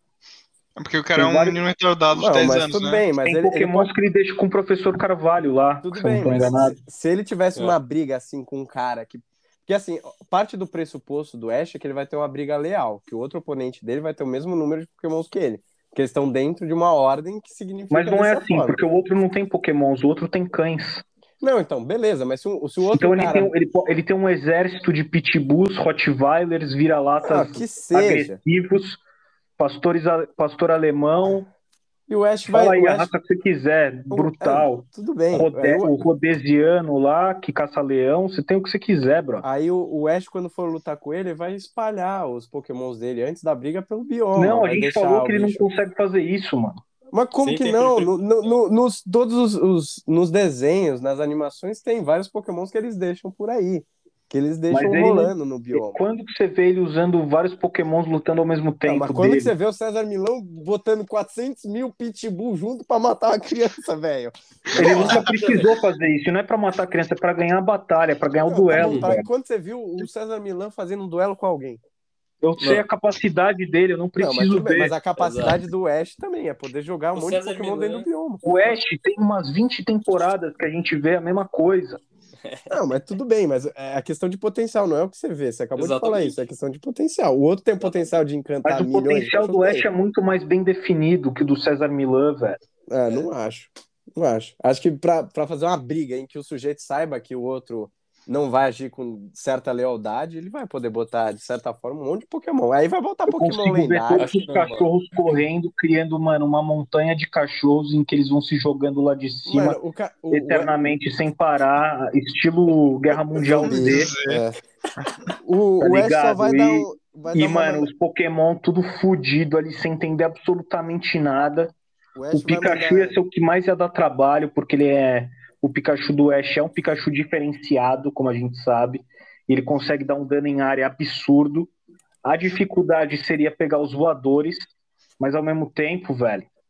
É porque o cara é Tem um vários- menino retardado de Não, dez mas anos, tudo né? bem, mas Tem ele, ele Pokémons pode... que ele deixa com o professor Carvalho lá, Tudo se eu não bem, tô mas enganado. se, se ele tivesse É. uma briga assim com um cara que... Porque assim, parte do pressuposto do Ash é que ele vai ter uma briga leal, que o outro oponente dele vai ter o mesmo número de Pokémons que ele. Porque eles estão dentro de uma ordem que significa Mas não é dessa assim, forma. porque o outro não tem Pokémons, o outro tem cães. Não, então, beleza, mas se o, se o outro Então ele, cara... tem, ele, po- ele tem um exército de pitbulls, rottweilers, Ah, vira-latas que seja. agressivos, pastores, a- pastor alemão. E o Ash vai... Fala aí o a Ash... raça que você quiser, o- brutal. é, tudo bem. Rode- Aí O o, rodesiano lá, que caça leão, você tem o que você quiser, bro. aí o, o Ash, quando for lutar com ele, vai espalhar os Pokémons dele antes da briga pelo bioma. Não, a vai gente deixar falou o que ele bicho... não consegue fazer isso, mano. Mas como Sim, que tem não? pre- No, no- no- nos, todos os, os- nos desenhos, nas animações, tem vários Pokémons que eles deixam por aí. Que eles deixam Mas ele rolando no bioma. Quando que você vê ele usando vários Pokémons lutando ao mesmo Não, tempo mas quando dele? que você vê o César Milão botando quatrocentos mil Pitbull junto pra matar uma criança, velho? Ele nunca precisou fazer isso. Não é pra matar a criança, é pra ganhar a batalha, é pra ganhar o Não, tá duelo, bom, tá. velho. Quando você viu o César Milão fazendo um duelo com alguém? Eu sei Não. a capacidade dele, eu não Não, mas, preciso tudo bem, ver. mas a capacidade do Ash também é poder jogar um O monte César de Pokémon Millan- dentro do bioma. O Ash tem umas vinte temporadas que a gente vê a mesma coisa. Não, mas tudo bem, mas é a questão de potencial, não é o que você vê. Você acabou de falar Exatamente. isso, é questão de potencial. O outro tem o potencial de encantar Mas o milhões de potencial do cachorros, Ash tem. é muito mais bem definido que o do César Millan, velho. Ah, não acho. Não acho. Acho que pra, pra fazer uma briga em que o sujeito saiba que o outro não vai agir com certa lealdade, ele vai poder botar, de certa forma, um monte de Pokémon. Aí vai botar Eu Pokémon consigo ver lendário. todos Acho os que não, cachorros correndo, criando, mano, uma montanha de cachorros em que eles vão se jogando lá de cima Mano, o, ca... o, eternamente sem parar, estilo Guerra Mundial Z. É. O, Tá o Ash só ligado? vai E- dar um. Vai E, dar uma- mano, os Pokémon tudo fudido ali, sem entender absolutamente nada. o Ash O vai Pikachu mandar- ia ser o que mais ia dar trabalho, porque ele é. O Pikachu do Ash é um Pikachu diferenciado, como a gente sabe. Ele consegue dar um dano em área absurdo. A dificuldade seria pegar os voadores, mas ao mesmo tempo, velho,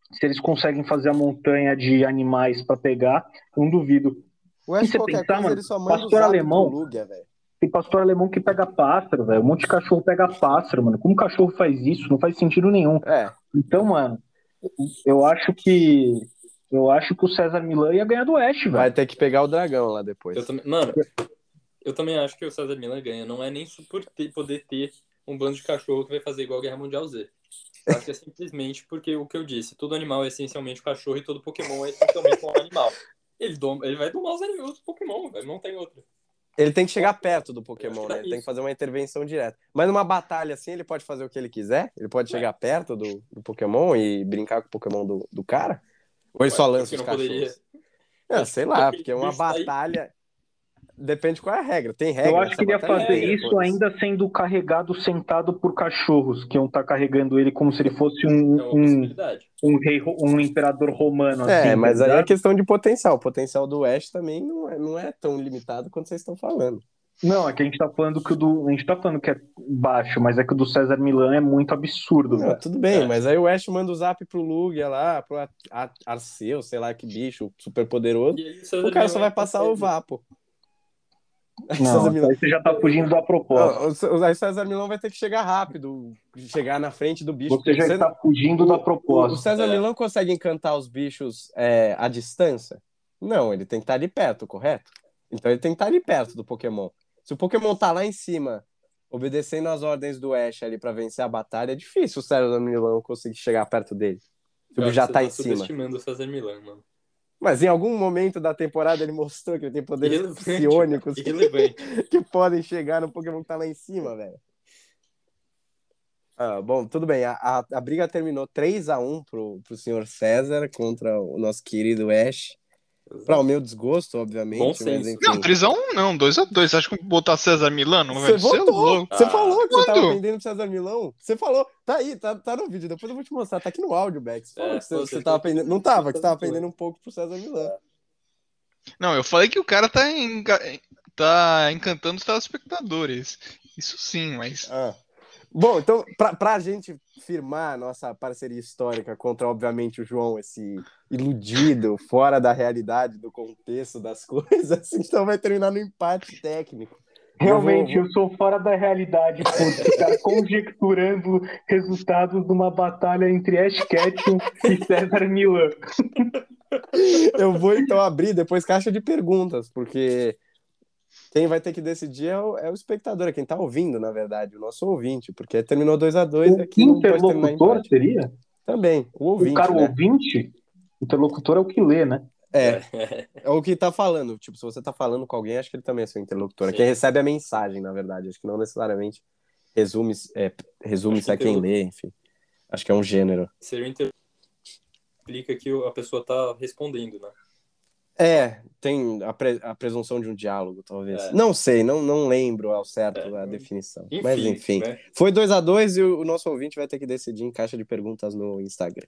Se eles conseguem fazer a montanha de animais pra pegar, eu não duvido. O E Ash, você qualquer pensar, coisa, mano, ele só manda o pastor zap alemão, pro Lugia, velho. tem pastor alemão que pega pássaro, velho. Um monte de cachorro pega pássaro, mano. Como cachorro faz isso? Não faz sentido nenhum. É, Então, mano, eu acho que eu acho que o César Millan ia ganhar do Ash, vai velho. ter que pegar o dragão lá depois. Eu também, mano, eu também acho que o César Milan ganha. Não é nem por ter, poder ter um bando de cachorro que vai fazer igual a Guerra Mundial Z. Eu acho que é simplesmente porque o que eu disse, todo animal é essencialmente cachorro e todo Pokémon é essencialmente um animal. Ele, doma, ele vai domar os animais do Pokémon, velho. Não tem outro. Ele tem que chegar perto do Pokémon, Eu acho que né? dá Ele tem que isso. fazer uma intervenção direta. Mas numa batalha assim, ele pode fazer o que ele quiser? Ele pode chegar perto do, do Pokémon e brincar com o Pokémon do, do cara? Ou ele Ué, só por lança que os não cachorros? poderia? É, Acho sei que lá, aquele porque é uma bicho tá aí. batalha. Depende qual é a regra. Tem regra. Eu acho nessa que ele ia batalha? fazer Tem, isso foda-se. ainda sendo carregado, sentado por cachorros, que iam estar carregando ele como se ele fosse um, É uma um, possibilidade. um rei, ro- um imperador romano, assim, É, tá mas aí é ligado? questão de potencial. O potencial do Ash também não é, não é tão limitado quanto vocês estão falando. Não, é que a gente tá falando que o do. A gente tá falando que é baixo, mas é que o do César Millan é muito absurdo, Não, velho. tudo bem, É. mas aí o Ash manda o zap pro Lugia lá, pro Ar- Ar- Arceus, sei lá que bicho super poderoso. E aí o César O cara só Milan vai passar o consegue. Vapo. Aí Não, César Milão- aí você já tá fugindo da proposta. Ah, o- Aí César Milão vai ter que chegar rápido, chegar na frente do bicho. Você já Você- está fugindo da o, o proposta. César É. Milão consegue encantar os bichos é, à distância? Não, ele tem que estar ali perto, correto? Então ele tem que estar ali perto do Pokémon. Se o Pokémon tá lá em cima, obedecendo as ordens do Ash ali pra vencer a batalha, é difícil o César Milão conseguir chegar perto dele. Se Eu ele acho já que tá você em tá cima. subestimando o César Milan, mano. Mas em algum momento da temporada ele mostrou que ele tem poderes Irrelevante, psionicos que, irrelevante. que podem chegar no Pokémon que tá lá em cima, velho. Ah, bom, tudo bem. A, a, a briga terminou três a um pro, pro senhor César contra o nosso querido Ash. Pra o meu desgosto, obviamente, Bom mas senso. enfim. Não, três a um não, dois a dois. Você acha que botar César Milano, Você velho? Você é votou! louco. Você Ah, falou que você tava quando? pendendo pro César Milão. Você falou. Tá aí, tá, tá no vídeo. Depois eu vou te mostrar. Tá aqui no áudio, Bex. Você falou É, que você, pô, você você tava tem que- pendendo. Não tava, que você tava pendendo um pouco pro César Milão. Não, eu falei que o cara tá, enga- tá encantando os telespectadores. Isso sim, mas. Ah. Bom, então, pra, pra gente firmar a nossa parceria histórica contra, obviamente, o João, esse iludido, fora da realidade, do contexto das coisas, então vai terminar no empate técnico. Realmente, Eu eu, sou fora da realidade, putz, cara, conjecturando resultados de uma batalha entre Ash Ketchum e César Millan. Eu vou, então, abrir depois caixa de perguntas, porque quem vai ter que decidir é o, é o espectador, é quem tá ouvindo, na verdade, o nosso ouvinte, porque terminou dois a dois e O aqui não pode terminar interlocutor empate. seria? Também, o O ouvinte, cara, o né? ouvinte? O interlocutor é o que lê, né? É, é o que tá falando. Tipo, se você tá falando com alguém, acho que ele também é seu interlocutor. É Sim. quem recebe a mensagem, na verdade. Acho que não necessariamente resume, é, resume se é quem lê, enfim. Acho que é um gênero. Ser o inter... implica que a pessoa tá respondendo, né? É, tem a, pre- a presunção de um diálogo, talvez. É. Não sei, não, não lembro ao certo É. a definição. Enfim, Mas enfim. né? Foi dois a dois e o, o nosso ouvinte vai ter que decidir em caixa de perguntas no Instagram.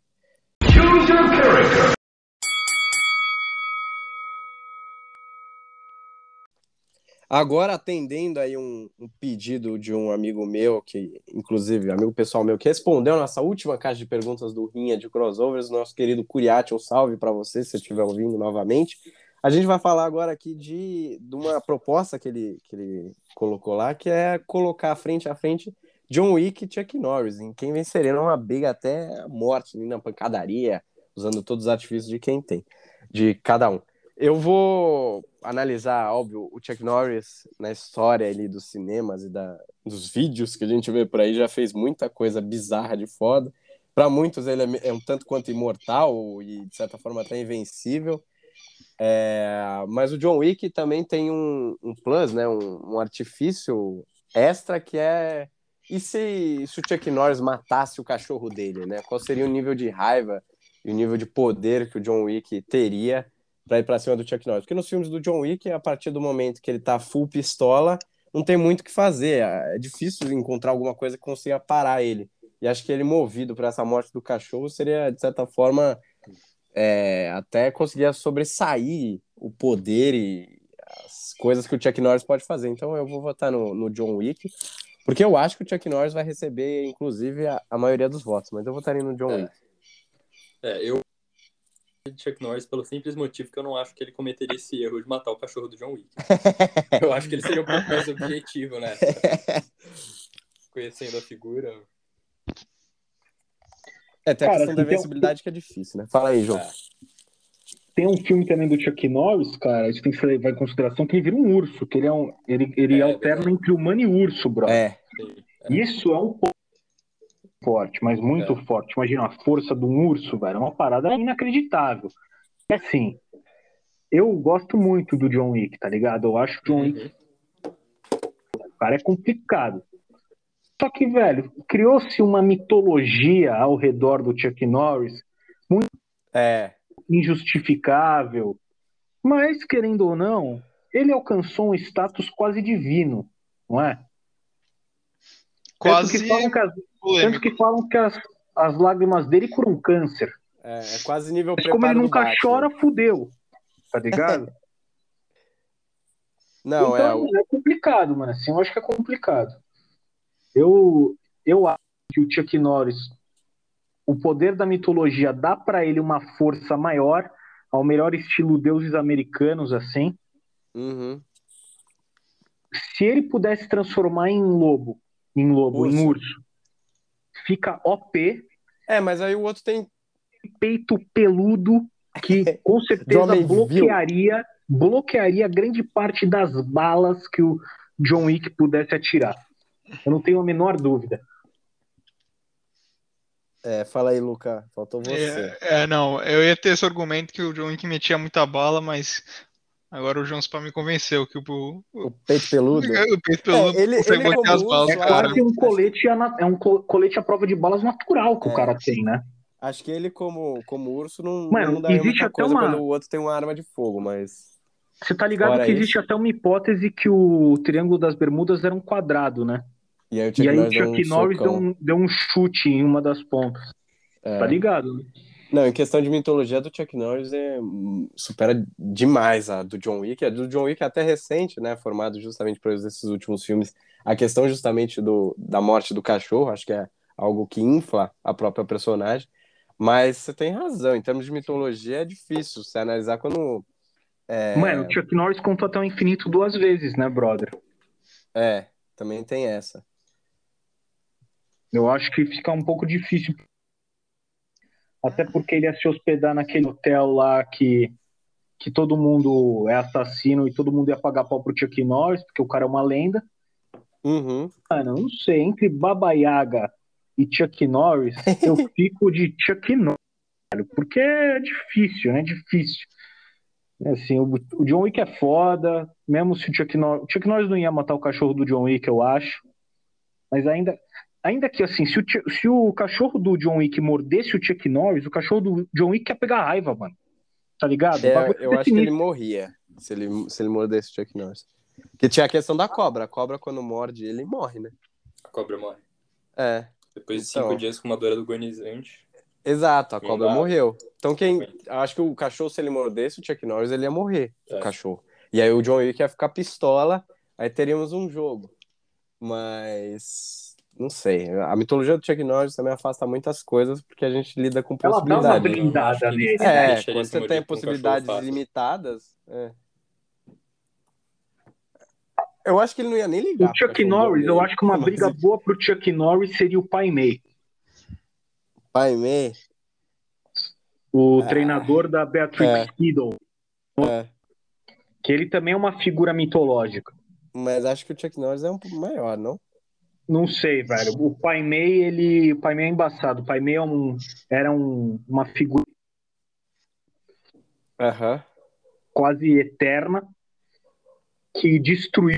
Agora, atendendo aí um, um pedido de um amigo meu, que, inclusive, amigo pessoal meu, que respondeu a nossa última caixa de perguntas do Rinha de Crossovers, nosso querido Curiati, um salve para você, se você estiver ouvindo novamente. A gente vai falar agora aqui de, de uma proposta que ele, que ele colocou lá, que é colocar frente a frente John Wick e Chuck Norris, em quem venceria numa briga até a morte, na pancadaria, usando todos os artifícios de quem tem, de cada um. Eu vou analisar, óbvio, o Chuck Norris na história ali dos cinemas e da, dos vídeos que a gente vê por aí, já fez muita coisa bizarra de foda. Para muitos ele é, é um tanto quanto imortal e, de certa forma, até invencível. É, mas o John Wick também tem um, um plus, né, um, um artifício extra que é... E se, se o Chuck Norris matasse o cachorro dele, né? Qual seria o nível de raiva e o nível de poder que o John Wick teria para ir para cima do Chuck Norris? Porque nos filmes do John Wick, a partir do momento que ele tá full pistola, não tem muito o que fazer. É difícil encontrar alguma coisa que consiga parar ele. E acho que ele, movido por essa morte do cachorro, seria, de certa forma, é, até conseguir sobressair o poder e as coisas que o Chuck Norris pode fazer. Então eu vou votar no, no John Wick, porque eu acho que o Chuck Norris vai receber, inclusive, a, a maioria dos votos. Mas eu votaria no John É. Wick. É, eu de Chuck Norris pelo simples motivo que eu não acho que ele cometeria esse erro de matar o cachorro do John Wick. Eu acho que ele seria um pouco mais objetivo nessa. Conhecendo a figura. É, tem a Cara, questão da assim, tem um- invencibilidade que é difícil, né? Fala aí, João. Ah, Tem um filme também do Chuck Norris, cara, isso tem que ser levado em consideração, que ele vira um urso, que ele é um. Ele, ele É, alterna verdade. entre humano e urso, brother. É, sim. É. Isso é um ponto forte, mas muito É. forte. Imagina a força de um urso, velho. É uma parada inacreditável. E assim, eu gosto muito do John Wick, tá ligado? Eu acho que o John Wick, Uhum. o cara, é complicado. Só que, velho, criou-se uma mitologia ao redor do Chuck Norris é. injustificável, mas, querendo ou não, ele alcançou um status quase divino, não é? Tanto que Quase falam que as, tanto polêmico. que, falam que as, as lágrimas dele curam câncer. É, é quase nível Mas como ele preparo do nunca Batman. chora, fudeu. Tá ligado? Não, é. Então, o- é complicado, mano. Assim, eu acho que é complicado. Eu, eu acho que o Chuck Norris, o poder da mitologia dá pra ele uma força maior, ao melhor estilo deuses americanos, assim. Uhum. Se ele pudesse transformar em lobo, em lobo, em Urso. urso, fica O P, É, mas aí o outro tem. peito peludo, que com certeza homem vil. bloquearia, bloquearia grande parte das balas que o John Wick pudesse atirar. Eu não tenho a menor dúvida. É, fala aí, Luca. Faltou você. É, é, não, eu ia ter esse argumento que o John Wick metia muita bala, mas agora o João Spa me convenceu que o, o, O peito peludo? o peito peludo É, ele- consegue ele bloquear como as balas urso, É do Ah, cara. quase um acho colete, ana- é um co- colete à prova de balas natural que o É. cara tem, né? Acho que ele, como, como urso, não, Mano, não mudaria existe muita até coisa uma- quando o outro tem uma arma de fogo, mas. Você tá ligado Fora que existe isso- até uma hipótese que o Triângulo das Bermudas era um quadrado, né? E aí o Chuck E aí o Norris deu Chuck um Norris deu socão. um, deu um chute em uma das pontas. É. Tá ligado? Né? Não, em questão de mitologia a do Chuck Norris é hum, supera demais a do John Wick. A do John Wick é até recente, né? Formado justamente por esses últimos filmes. A questão justamente do, da morte do cachorro, acho que é algo que infla a própria personagem. Mas você tem razão, em termos de mitologia é difícil você analisar quando. É, Mano, o Chuck Norris contou até o infinito duas vezes, né, brother? é, também tem essa. Eu acho que fica um pouco difícil. Até porque ele ia se hospedar naquele hotel lá que, que todo mundo é assassino e todo mundo ia pagar pau pro Chuck Norris, porque o cara é uma lenda. Uhum. Mano, eu não sei, entre Baba Yaga e Chuck Norris, eu fico de Chuck Norris, velho, porque é difícil, né? Difícil. Assim, o, o John Wick é foda, mesmo se o Chuck Norris... O Chuck Norris não ia matar o cachorro do John Wick, eu acho. Mas ainda... Ainda que, assim, se o, Chu- se o cachorro do John Wick mordesse o Chuck Norris, o cachorro do John Wick ia pegar raiva, mano. Tá ligado? O É, bagulho eu é acho que ele sinistro. morria se ele, se ele mordesse o Chuck Norris. Porque tinha a questão da cobra. A cobra, quando morde, ele morre, né? A cobra morre. É, Depois de Então. cinco dias com uma dor agonizante. exato. A Não cobra dá. morreu. Então, quem. Aguenta. Acho que o cachorro, se ele mordesse o Chuck Norris, ele ia morrer. É. O cachorro. E aí o John Wick ia ficar pistola. Aí teríamos um jogo. Mas. Não sei. A mitologia do Chuck Norris também afasta muitas coisas porque a gente lida com Ela dá uma possibilidades. blindada Eu acho que ele nele. deixaria É, esse quando você mordido tem por um possibilidades cachorro fácil. limitadas. é. Eu acho que ele não ia nem O ligar. pro Chuck cachorro Norris, eu morder acho que uma ele. briga Mas boa pro Chuck Norris seria o Pai Mei, Pai Mei. o Ah. treinador da Beatrix É. Kiddo, É. que ele também é uma figura mitológica. Mas acho que o Chuck Norris é um pouco maior, não? Não sei, velho. O Pai Mei, ele, o Pai Mei é embaçado. O Pai Mei é um, era um, uma figura Aham. quase eterna que destruiu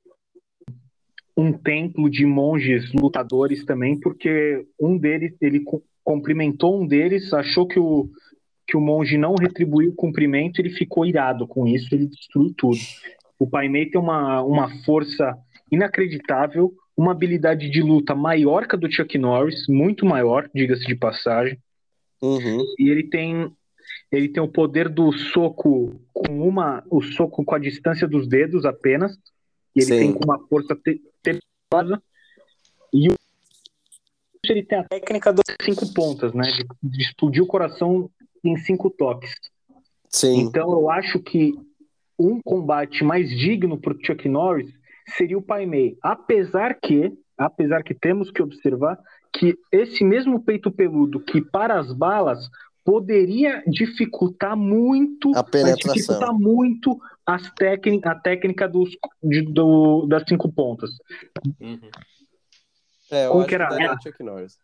um templo de monges lutadores também, porque um deles, ele cu- cumprimentou um deles, achou que o, que o monge não retribuiu o cumprimento, ele ficou irado com isso, ele destruiu tudo. O Pai Mei tem uma, uma força inacreditável, uma habilidade de luta maior que a do Chuck Norris, muito maior, diga-se de passagem, Uhum. e ele tem ele tem o poder do soco com uma o soco com a distância dos dedos apenas, e ele Sim. tem com uma força te- tenebrosa, e o ele tem a técnica das cinco pontas, né? De, de explodir o coração em cinco toques. Sim. Então eu acho que um combate mais digno pro Chuck Norris seria o Pai Mei. Apesar que, apesar que temos que observar que esse mesmo peito peludo que para as balas poderia dificultar muito, A penetração. dificultar muito as técnica, a técnica dos, de, do, das cinco pontas. Uhum. É, eu Como acho que que era? daria o Chuck Norris.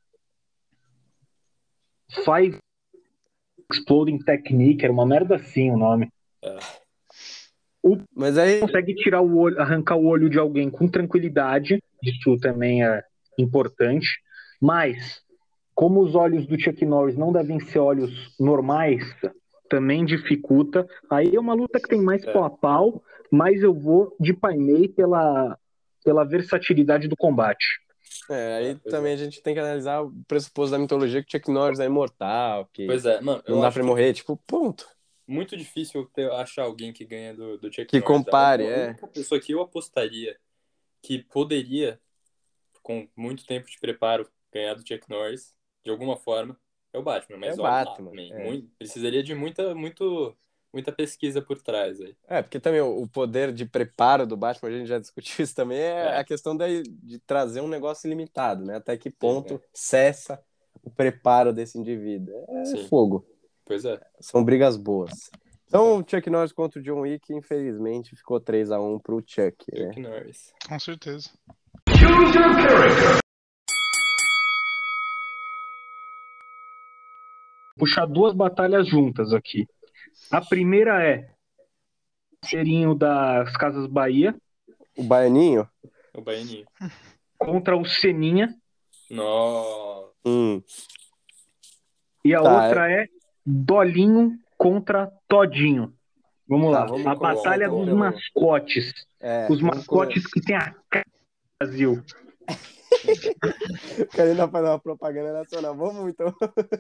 Five Exploding Technique, era uma merda assim o nome. Mas aí, Consegue tirar o olho, arrancar o olho de alguém com tranquilidade, isso também é importante, mas como os olhos do Chuck Norris não devem ser olhos normais, também dificulta. Aí é uma luta que tem mais É. pau a pau, mas eu vou de Pai Mei pela, pela versatilidade do combate. é, aí É, pois também é. a gente tem que analisar o pressuposto da mitologia que o Chuck Norris é imortal, que Pois é, mano, eu não dá acho pra ele que morrer, tipo, ponto. muito difícil ter, achar alguém que ganha do, do Chuck Que Norris. compare, a única, é. a única pessoa que eu apostaria que poderia, com muito tempo de preparo, ganhar do Chuck Norris, de alguma forma, é o Batman. Mas É o olha lá Batman, também. é. Muito- precisaria de muita, muito, muita pesquisa por trás aí. É, porque também o, o poder de preparo do Batman, a gente já discutiu isso também, é, É. a questão de, de trazer um negócio ilimitado, né? Até que ponto é. cessa o preparo desse indivíduo. É Sim. fogo. Pois é. São brigas boas. Então, o Chuck Norris contra o John Wick, infelizmente, ficou três a um pro Chuck, né? Chuck Norris. Com certeza. Puxar duas batalhas juntas aqui. A primeira é o parceirinho das Casas Bahia O Baianinho? O Baianinho. contra o Seninha. Nossa. Hum. E a Tá, outra é Dolinho contra Todinho. Vamos Tá, lá. vamos a começar, batalha então, dos pelo- mascotes. É, Os vamos mascotes que tem a cara do Brasil. Quero ainda fazer uma propaganda nacional. Vamos então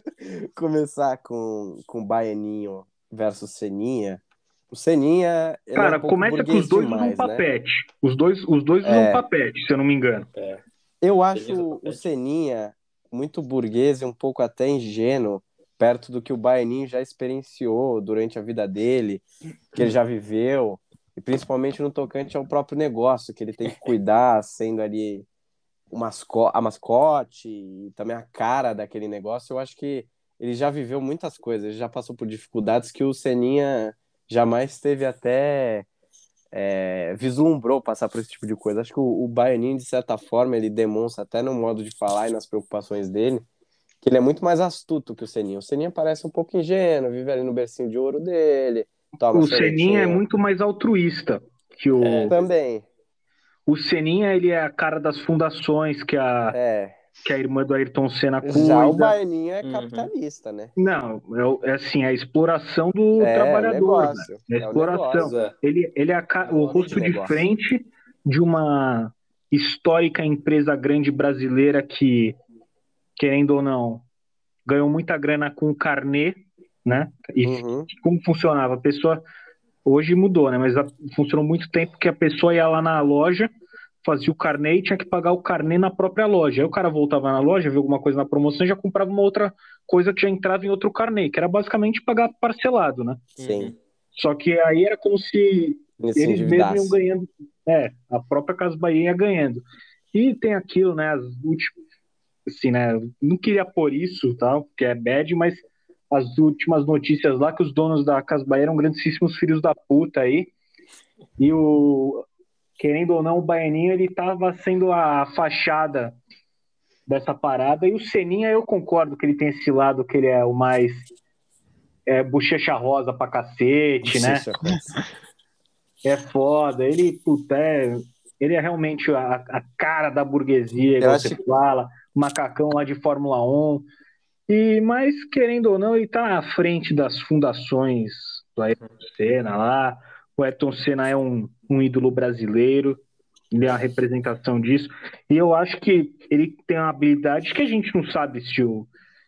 começar com, com Baianinho versus Seninha. O Seninha, ele Cara, é um pouco começa que burguês os dois demais, usam né? papete. Os dois, os dois É. usam papete, se eu não me engano. É. Eu Seninha acho usa o papete. Seninha muito burguês e um pouco até ingênuo, perto do que o Baianinho já experienciou durante a vida dele, que ele já viveu, e principalmente no tocante ao próprio negócio, que ele tem que cuidar, sendo ali o masco a mascote e também a cara daquele negócio. Eu acho que ele já viveu muitas coisas, ele já passou por dificuldades que o Seninha jamais teve até é, vislumbrou passar por esse tipo de coisa. Acho que o, o Baianinho, de certa forma, ele demonstra até no modo de falar e nas preocupações dele, que ele é muito mais astuto que o Seninha. O Seninha parece um pouco ingênuo, vive ali no bercinho de ouro dele, toma O Seninha é sorvetinho. muito mais altruísta que o. É. Também, O Seninha, ele é a cara das fundações que a, é. que a irmã do Ayrton Senna Já o cuida. Baianinho é Uhum. capitalista, né? Não, é, o- é assim, a exploração do É, trabalhador, né? negócio. É a É o exploração. negócio. Pois é. Ele, ele é a ca- É um o homem rosto de de negócio. frente de uma histórica empresa grande brasileira que, querendo ou não, ganhou muita grana com o carnê, né? E Uhum. como funcionava? A pessoa, hoje mudou, né? Mas a- funcionou muito tempo que a pessoa ia lá na loja, fazia o carnê e tinha que pagar o carnê na própria loja. Aí o cara voltava na loja, via alguma coisa na promoção e já comprava uma outra coisa que já entrava em outro carnê, que era basicamente pagar parcelado, né? Sim. Uhum. Só que aí era como se Ele se eles mesmos iam endividasse. ganhando. É, a própria Casa Bahia ia ganhando. E tem aquilo, né? As últimas. Assim, né? Não queria pôr isso, tal, porque é bad, mas as últimas notícias lá que os donos da Casa Bahia eram grandíssimos filhos da puta aí. E o. Querendo ou não, o Baianinho, ele tava sendo a fachada dessa parada. E o Seninha, eu concordo que ele tem esse lado que ele é o mais é, bochecha rosa pra cacete, né? Bochecha rosa. É foda. Ele, puta, é, ele é realmente a, a cara da burguesia, igual acho você fala, macacão lá de Fórmula um. E, mas, querendo ou não, ele tá à frente das fundações do Ayrton Senna lá. O Ayrton Senna é um, um ídolo brasileiro, ele é a representação disso. E eu acho que ele tem uma habilidade que a gente não sabe se o.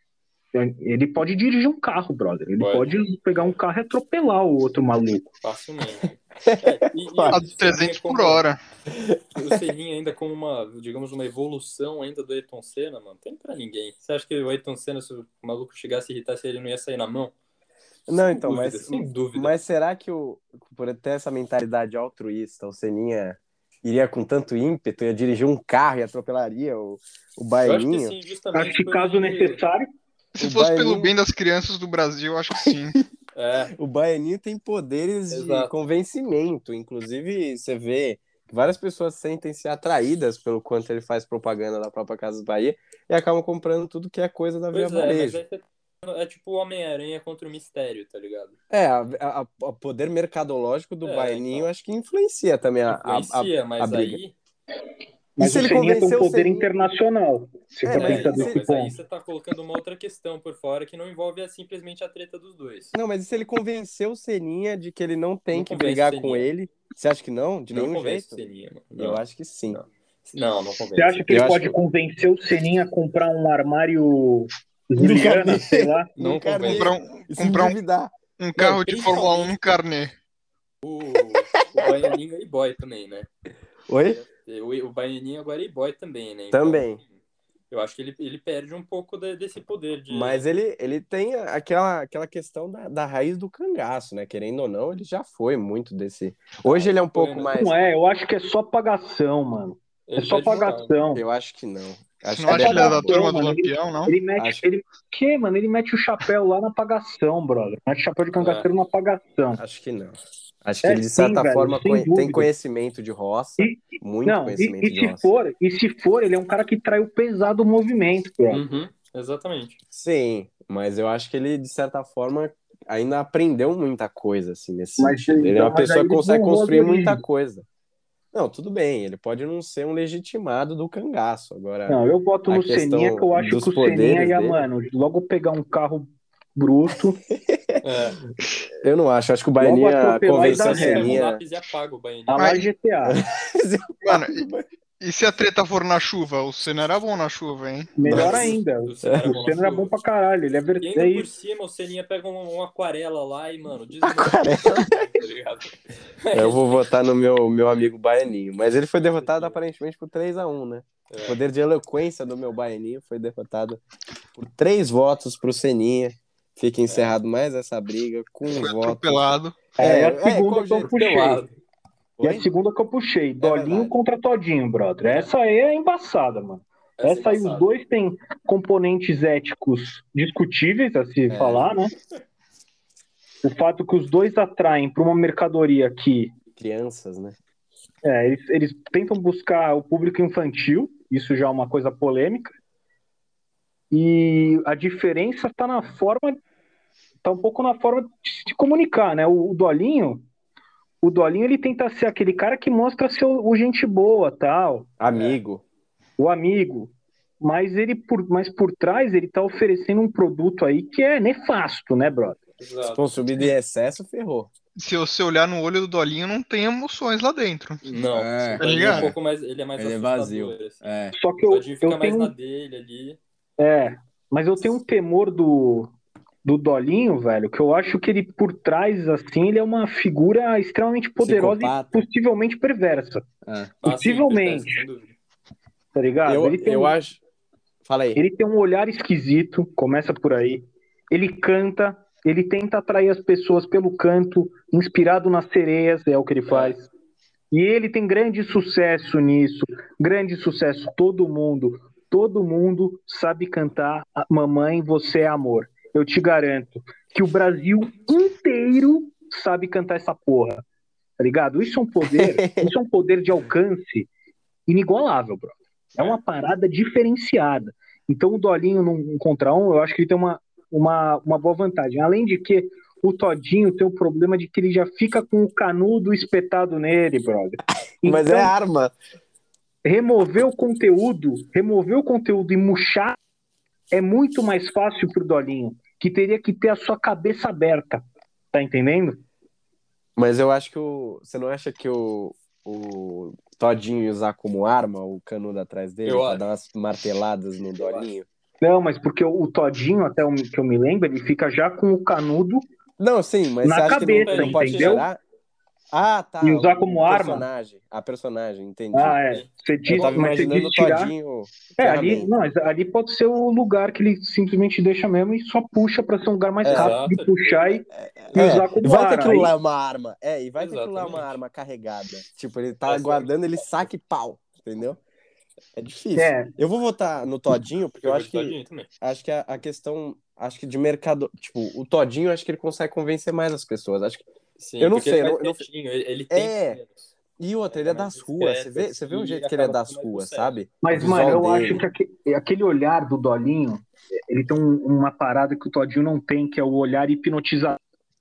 Ele pode dirigir um carro, brother. Ele Pode. pode pegar um carro e atropelar o outro maluco. Facilmente. É, e, e A o trezentos Seninha como- por hora. O Seninha ainda como uma, digamos, uma evolução ainda do Ayrton Senna, mano, tem pra ninguém. Você acha que o Ayrton Senna, se o maluco chegasse e irritasse ele, não ia sair na mão? Não, Sem então, dúvida, mas, sem dúvida. mas será que o, por ter essa mentalidade altruísta, o Seninha iria com tanto ímpeto, ia dirigir um carro e atropelaria o, o Eu acho que Baianinho? sim, justamente Acho que por caso ele- necessário, Se O fosse Baianinho- pelo bem das crianças do Brasil, eu acho que sim. É, O Baianinho tem poderes de Exato. convencimento. Inclusive, você vê que várias pessoas sentem-se atraídas pelo quanto ele faz propaganda da própria Casas Bahia e acabam comprando tudo que é coisa da Via pois é, mas Varejo. aí você- é tipo o Homem-Aranha contra o Mistério, tá ligado? É, a, a- a poder mercadológico do É, Baianinho então. acho que influencia também a, a, a, Influencia, mas a briga. aí... mas se o ele Seninha tem um convenceu o poder Seninha- internacional. Se É, for mas É, pensar então, desse mas aí ponto. você tá colocando uma outra questão por fora que não envolve é simplesmente a treta dos dois. Não, mas e se ele convenceu o Seninha de que ele não tem Não que convence brigar o com Seninha. ele? Você acha que não? De não nenhum convence jeito? o Seninha, mano. Eu Não. acho que sim. Não. Não, não convence. Você acha que Eu ele acho pode que- convencer o Seninha a comprar um armário Juliana, carnê. sei lá? Não Num carnê. convence. Comprar um, E se comprar um, endividar. um carro de Fórmula um principalmente- no carnê. O, o Baianinho é e-boy também, né? Oi? O, o Baianinho agora é e-boy também, né? Então, Também. eu acho que ele, ele perde um pouco de- desse poder de... Mas ele, ele tem aquela, aquela questão da, da raiz do cangaço, né? Querendo ou não, ele já foi muito desse. Hoje ele é um foi, pouco né? mais. Não é, eu acho que é só pagação, mano. É Ele só perde moral. pagação. Eu acho que não. Acho Não que acha ele que ele é da pagação, turma do mano, ele- Lampião, não? Ele mete. Acho- Ele, que, mano? Ele mete o chapéu lá na pagação, brother. Mete o chapéu de cangaceiro na pagação. Acho que não. Acho que É, ele, de sim, certa velho, forma, sem conhe- tem dúvida. conhecimento de roça. E- muito Não, e, conhecimento e de se roça. for, e se for, ele é um cara que traiu pesado o movimento, brother. Uhum, exatamente. Sim, mas eu acho que ele, de certa forma, ainda aprendeu muita coisa, assim, nesse Mas, sentido. Ele é uma então, mas pessoa aí que ele consegue honrou as construir muita origens. coisa. Não, tudo bem, ele pode não ser um legitimado do cangaço. Agora, Não, eu voto a no questão Seninha, que eu acho dos que o Seninha poderes ia, dele- mano, logo pegar um carro bruto. É, eu não acho. Acho que o Logo Baianinha atropelar e convenceu dar o você pega o Seninha. lápis e apaga o Baianinho. A lá Mas- G T A. Mano, e se a treta for na chuva? O Senna era bom na chuva, hein? Melhor Nossa. ainda. O Senna era bom O na Senna era chuva. bom pra caralho. Ele é E verdade. ainda É por isso. cima, o Seninha pega um, uma aquarela lá e, mano, desmonta. Aquarela. Tá ligado? Eu vou votar no meu, meu amigo Baianinho. Mas ele foi derrotado aparentemente por três a um, né? O É. poder de eloquência do meu Baianinho foi derrotado por três votos pro Seninha. Fica encerrado mais essa briga com um Foi voto. atropelado. É, É, é a é, segunda qual que eu jeito? puxei. Pelado. E a Oi? segunda que eu puxei. Dolinho verdade. contra Todinho, brother. Essa aí é embaçada, mano. Essa aí, os embaçada. dois têm componentes éticos discutíveis a se É. falar, né? O fato que os dois atraem para uma mercadoria que Crianças, né? é, eles, eles tentam buscar o público infantil, isso já é uma coisa polêmica. E a diferença está na forma, tá um pouco na forma de se comunicar, né? O, o Dolinho, o Dolinho ele tenta ser aquele cara que mostra ser o, o gente boa, tal. Amigo. O amigo, mas ele por, mas por trás ele tá oferecendo um produto aí que é nefasto, né, brother? Se Exato. consumir de excesso, ferrou. Se você olhar no olho do Dolinho, não tem emoções lá dentro. Não, É. o Todinho Tá é um ligado? pouco mais, ele é mais Ele é assustador, vazio. assim. É. Só que O eu, Todinho fica eu mais tenho na dele ali. é, mas eu tenho um temor do do Dolinho, velho, que eu acho que ele por trás assim, ele é uma figura extremamente poderosa Psicopata. e possivelmente perversa, É. Ah, sim, Possivelmente. perverso, sem dúvida. tá ligado? Eu, ele tem eu um, acho. Fala aí. ele tem um olhar esquisito, começa por aí. Ele canta, ele tenta atrair as pessoas pelo canto, inspirado nas sereias, é o que ele faz. E ele tem grande sucesso nisso, grande sucesso. Todo mundo, todo mundo sabe cantar Mamãe, Você é Amor. Eu te garanto que o Brasil inteiro sabe cantar essa porra, tá ligado? Isso é um poder, isso é um poder de alcance inigualável, bro. É uma parada diferenciada. Então o Dolinho num contra um, eu acho que ele tem uma, uma, uma boa vantagem. Além de que o Todinho tem o problema de que ele já fica com o canudo espetado nele, brother. Mas Então, é arma. remover o conteúdo, remover o conteúdo e murchar é muito mais fácil pro Dolinho, que teria que ter a sua cabeça aberta. Tá entendendo? Mas eu acho que o. Você não acha que o, o Todinho ia usar como arma o canudo atrás dele Eu pra acho. dar umas marteladas no Dolinho? Não, mas porque o, o Todinho, até o que eu me lembro, ele fica já com o canudo. Não, sim, mas Na você acha que cabeça, não, não pode entendeu? tirar? Ah, tá. E usar o como arma. personagem. A personagem, entendi. Ah, é. Você Eu diz, tava mas você imaginando diz o tirar. Todinho. É, ali, ferramenta. não, mas ali pode ser o lugar que ele simplesmente deixa mesmo e só puxa pra ser um lugar mais É. rápido de Exato. puxar e, e É, usar como vai que ar. aquilo Aí, lá é uma arma. É, e vai que aquilo lá é uma Exatamente. arma carregada. Tipo, ele tá Essa é guardando, ele saca e pau, entendeu? É difícil. é, Eu vou votar no Todinho, porque eu Eu vou acho de que Todinho também. acho que a, a questão, acho que de mercado, tipo, o Todinho, eu acho que ele consegue convencer mais as pessoas. Acho que Sim, eu não porque sei, ele é eu mais não, eu não- quietinho, ele, ele tem é. menos. E outra, Ele ele é é mais das ruas. Você discreto, vê, você vê o assim, jeito e que ele é acaba das tendo mais ruas, sucesso. sabe? O mas, mano, visual eu dele. acho que aque- aquele olhar do Dolinho, ele tem um- uma parada que o Todinho não tem, que é o olhar hipnotizador.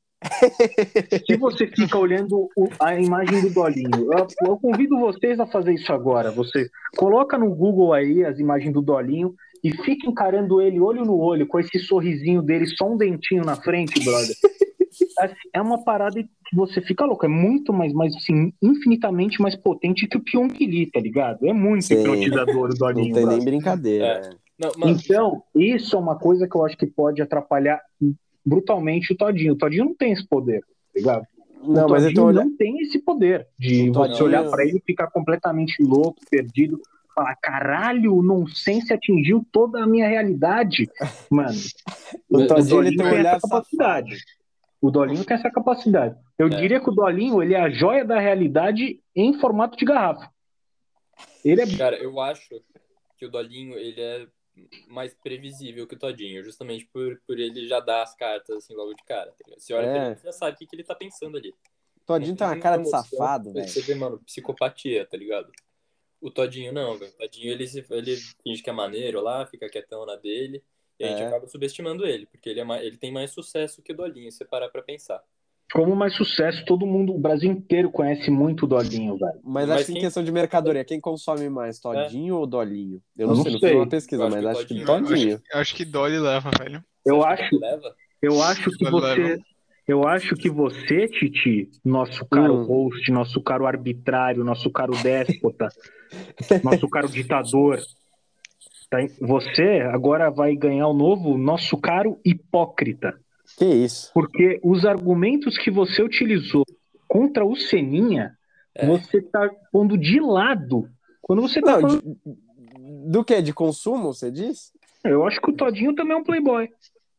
Se você fica olhando o- a imagem do Dolinho, eu, eu convido vocês a fazer isso agora. Vocês coloca no Google aí as imagens do Dolinho e fica encarando ele olho no olho, com esse sorrisinho dele, só um dentinho na frente, brother. Assim, é uma parada que você fica louco. É muito mais, mais assim, infinitamente mais potente que o Pyong Lee, tá ligado? É muito Sim. hipnotizador o Não Dolinho, tem nem brother. brincadeira. Não, mano, Então, isso é uma coisa que eu acho que pode atrapalhar brutalmente o Todinho. O Todinho não tem esse poder, tá ligado? Não, O mas ele tem Todinho um olhar. não tem esse poder de O você Todinho- olhar pra ele e ficar completamente louco, perdido, falar, caralho, o nonsense atingiu toda a minha realidade. Mano, O o Todinho, ele Dolinho tem um tem olhar essa capacidade. safado. O Dolinho tem essa capacidade. Eu É. diria que o Dolinho, ele é a joia da realidade em formato de garrafa. Ele é cara, eu acho que o Dolinho, ele é mais previsível que o Todinho, justamente por, por ele já dar as cartas assim logo de cara. Tá ligado? Você olha É. pra ele, você já sabe o que, que ele tá pensando ali. O Todinho Não tem uma nenhuma cara de emoção, safado, velho. Você vê, mano, psicopatia, tá ligado? O Todinho não, velho. O Todinho, ele, se- ele finge que é maneiro lá, fica quietão na dele, e a gente É. acaba subestimando ele, porque ele, é mais, ele tem mais sucesso que o Dolinho, se você parar pra pensar. como mais sucesso, todo mundo, o Brasil inteiro conhece muito o Dolinho, velho. Mas, Mas acho que em quem- questão de mercadoria, quem consome mais, Todinho ou Dolinho? Eu não, Eu não sei, não fiz sei. uma pesquisa, Eu acho mas que o acho que Todinho- Eu Todinho. acho, eu acho que Dolly leva, velho. Você Eu acha que acho, ele leva? eu acho que você, eu acho que você, Titi, nosso caro Hum. host, nosso caro arbitrário, nosso caro déspota, nosso caro ditador, tá? Você agora vai ganhar o novo nosso caro hipócrita. Que isso? Porque os argumentos que você utilizou contra o Seninha, É. você tá pondo de lado. Quando você tá Não, falando. de- do que? De consumo, você diz? Eu acho que o Todinho também é um playboy.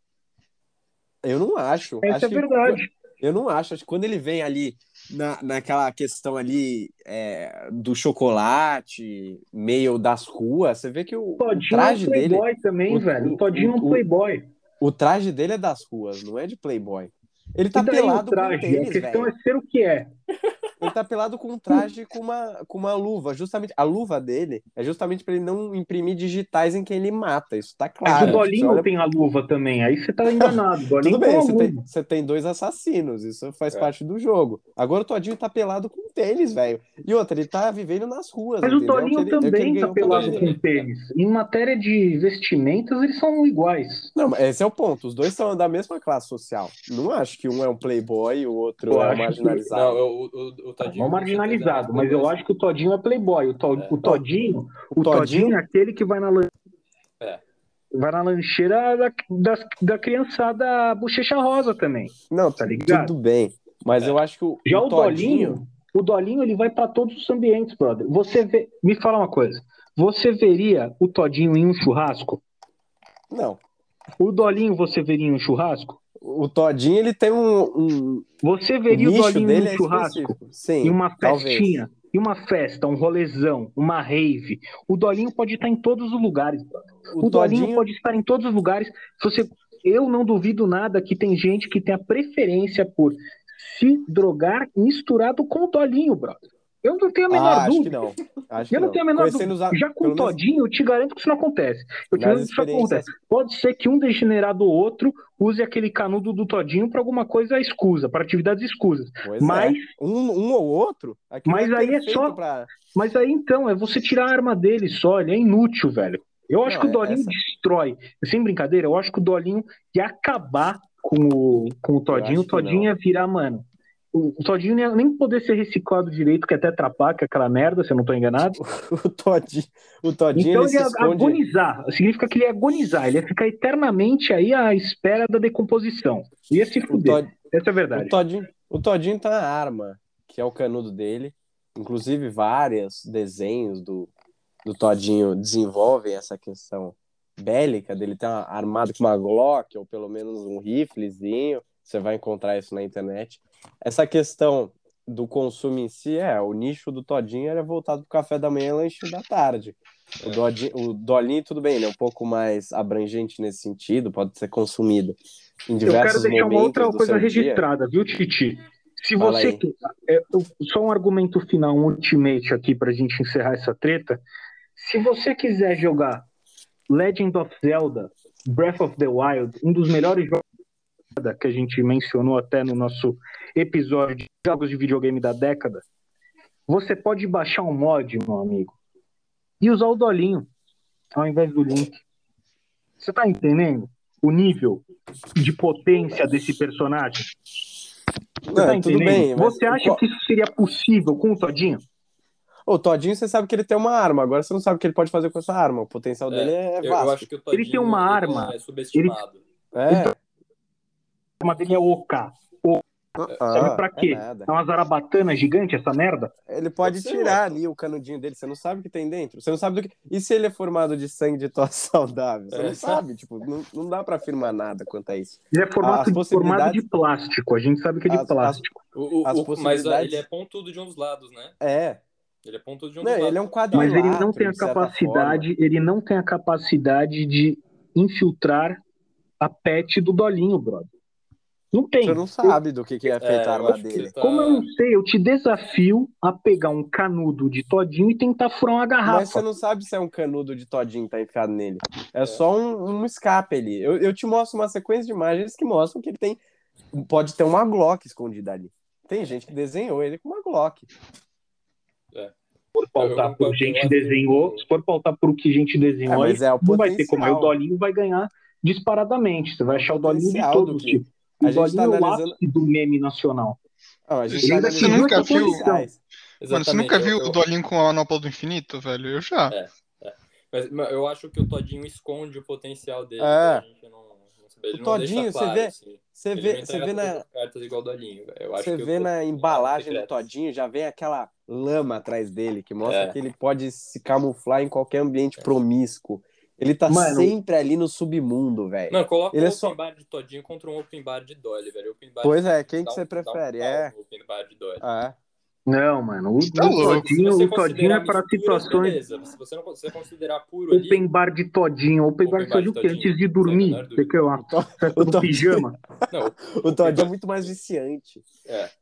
Eu não acho. Essa acho é que- verdade. Eu não acho. Acho que quando ele vem ali na, naquela questão ali é, do chocolate, meio das ruas, você vê que o, O o Todinho traje é um dele. playboy também, o- velho. o- O Todinho é o- um playboy. O traje dele é das ruas, não é de playboy. Ele tá E daí pelado o traje? com tênis, a questão velho. é ser o que é. Ele tá pelado com um traje com uma, com uma luva. Justamente, a luva dele é justamente pra ele não imprimir digitais em quem ele mata. Isso tá Mas claro. o Tipo, Dolinho você olha- tem a luva também. Aí você tá enganado. O Dolinho Tudo bem, tem você uma tem, luva. você tem dois assassinos, isso faz É. parte do jogo. Agora o Todinho tá pelado com tênis, velho. E outra, ele tá vivendo nas ruas, Mas o entendeu? Tolinho É o que ele, é o que ele também tá ganhou pra pelado viver. com tênis. Em matéria de vestimentas, eles são iguais. Não, mas esse é o ponto. Os dois são da mesma classe social. Não acho que um é um playboy e o outro Eu é acho um que- marginalizado. Não, eu, o, o, o Todinho. Não com certeza, marginalizado, é mas eu playboy, acho que o Todinho é playboy. O, to, É. o Todinho, O o Todinho Todinho- é aquele que vai na, lan- É. vai na lancheira da, das- da criançada bochecha rosa também. Não, Tá ligado? tudo bem. Mas É. eu acho que o, Já o o, Todinho... Dolinho, o Dolinho ele vai para todos os ambientes, brother. Você vê, me fala uma coisa. Você veria o Todinho em um churrasco? Não. O Dolinho você veria em um churrasco? O Todinho, ele tem um... um Você o veria o, nicho Dolinho em dele um é churrasco? específico. Sim, Em uma talvez. festinha? Em uma festa, um rolezão, uma rave. O Dolinho pode estar em todos os lugares, brother. O, O Dolinho Todinho... pode estar em todos os lugares. Se você, eu não duvido nada que tem gente que tem a preferência por se drogar misturado com o Dolinho, brother. Eu não tenho a menor ah, acho que dúvida. não. Acho que Eu não tenho a menor Conhecendo dúvida. os a- Já com pelo o menos Todinho, eu te garanto que isso não acontece. Eu te nas garanto que isso experiências... acontece. Pode ser que um degenerado ou outro use aquele canudo do Todinho para alguma coisa escusa, para atividades escusas. Pois Mas- é. Um, um ou outro, aquilo Mas aí é perfeito só- pra... Mas aí então, é você tirar a arma dele só, ele é inútil, velho. Eu acho Não, que o é- Dolinho essa- destrói. Sem brincadeira, eu acho que o Dolinho ia acabar com o, com o Todinho. acho O que Todinho não. ia virar, mano. O, o Todinho não ia nem poder ser reciclado direito, que é Tetra Pak, aquela merda, se eu não tô enganado. O Todinho, o Todinho Então ele ele se ia esconde... agonizar. Significa que ele ia agonizar. Ele ia ficar eternamente aí à espera da decomposição. Ia se O, fuder. Tod- Essa é a o, verdade. Todinho, o Todinho tá na arma. que é o canudo dele. Inclusive, vários desenhos do, do Todinho desenvolvem essa questão bélica dele ter uma, armado com uma Glock, ou pelo menos um riflezinho. Você vai encontrar isso na internet. Essa questão do consumo em si, é, o nicho do Todinho era voltado pro café da manhã e lanchinho da tarde. O, Dodinho, o Dolinho, tudo bem, ele é um pouco mais abrangente nesse sentido, pode ser consumido em diversos momentos. Eu quero deixar uma outra coisa dia. registrada, viu, Titi? Se Fala você aí. quer, é, eu- só um argumento final, um ultimate aqui pra gente encerrar essa treta. Se você quiser jogar Legend of Zelda, Breath of the Wild, um dos melhores jogos que a gente mencionou até no nosso episódio de jogos de videogame da década, você pode baixar um mod, meu amigo, e usar o Dolinho ao invés do Link. Você tá entendendo o nível de potência desse personagem? Você Não, tá tudo entendendo? bem, mas Você acha qual- que isso seria possível com o Todinho? o Todinho, você sabe que ele tem uma arma, agora você não sabe o que ele pode fazer com essa arma. O potencial dele é eu, vasto. eu acho que o Todinho Ele tem uma arma, é subestimado. É. A arma dele é oca. Ah, Serve pra é quê? nada. É uma zarabatana gigante essa merda? Ele pode Pode ser, tirar ué. ali o canudinho dele, você não sabe o que tem dentro. Você não sabe do que. E se ele é formado de sangue de tosse saudável? Você É. não sabe, tipo, não, não dá pra afirmar nada quanto a isso. Ele é As formato, de, possibilidades- formado de plástico. A gente sabe que é de As- as- plástico. O, o, As o- mas possibilidades- ele é pontudo de um dos lados, né? É. Ele é pontudo de um Não, dos lados. ele é um Mas quadrilátero, ele não tem a de certa capacidade, ele não tem a capacidade de infiltrar a pet do Dolinho, brother. Não tem. Você não sabe do que, que é feita É, a eu arma acho que dele. você tá- Como eu não sei, eu te desafio a pegar um canudo de Todinho e tentar furar uma garrafa. Mas você não sabe se é um canudo de Todinho que tá enfiado nele. É, É. só um, um escape ali. Eu, eu te mostro uma sequência de imagens que mostram que ele tem. Pode ter uma Glock escondida ali. Tem gente que desenhou ele com uma Glock. Se for pautar Eu- por eu- gente eu- desenhou, se for pautar por o que gente desenhou, É, mas aí é o não vai ter como. Aí o potencial. Dolinho vai ganhar disparadamente. Você vai achar o Dolinho de potencial todos do os que- tipos. a O gente tá Dolinho é o analisando- ápice do meme nacional. Ah, a gente Você tá ainda analisando nunca os viu- potenciais. Mano, você nunca Exatamente, viu eu- o eu- Dolinho com a manopla do infinito, velho? Eu já. É. Mas mas eu acho que o Todinho esconde o potencial dele. É. A gente não, não sabe. Ele O não Todinho, deixa você claro, vê- assim. Você Ele vê, não você entrega vê todas na, as cartas igual o Dolinho, velho. Eu acho você que o vê na Todinho é embalagem do secreto. Todinho, já vem aquela lama atrás dele, que mostra É. que ele pode se camuflar em qualquer ambiente promíscuo. Ele tá Mano, sempre ali no submundo, velho. Não, coloca Ele um é open só- bar de Todinho contra um open bar de Dolly, velho. Open bar Pois de... é, quem dá que você um- dá um prefere? pau É. no open bar de Dolly. Ah, Não, mano. O, Tá o louco. Se Todinho, você o Todinho considerar é para misturas, situações. beleza. Se você não se você considerar puro ali... Open bar de Todinho. Open bar Open você bar faz de o quê? Todinho, Antes de sem a dormir? menor Você dúvida. quer uma o, to- festa o do Todinho, pijama? Não, o Todinho é muito mais viciante. é,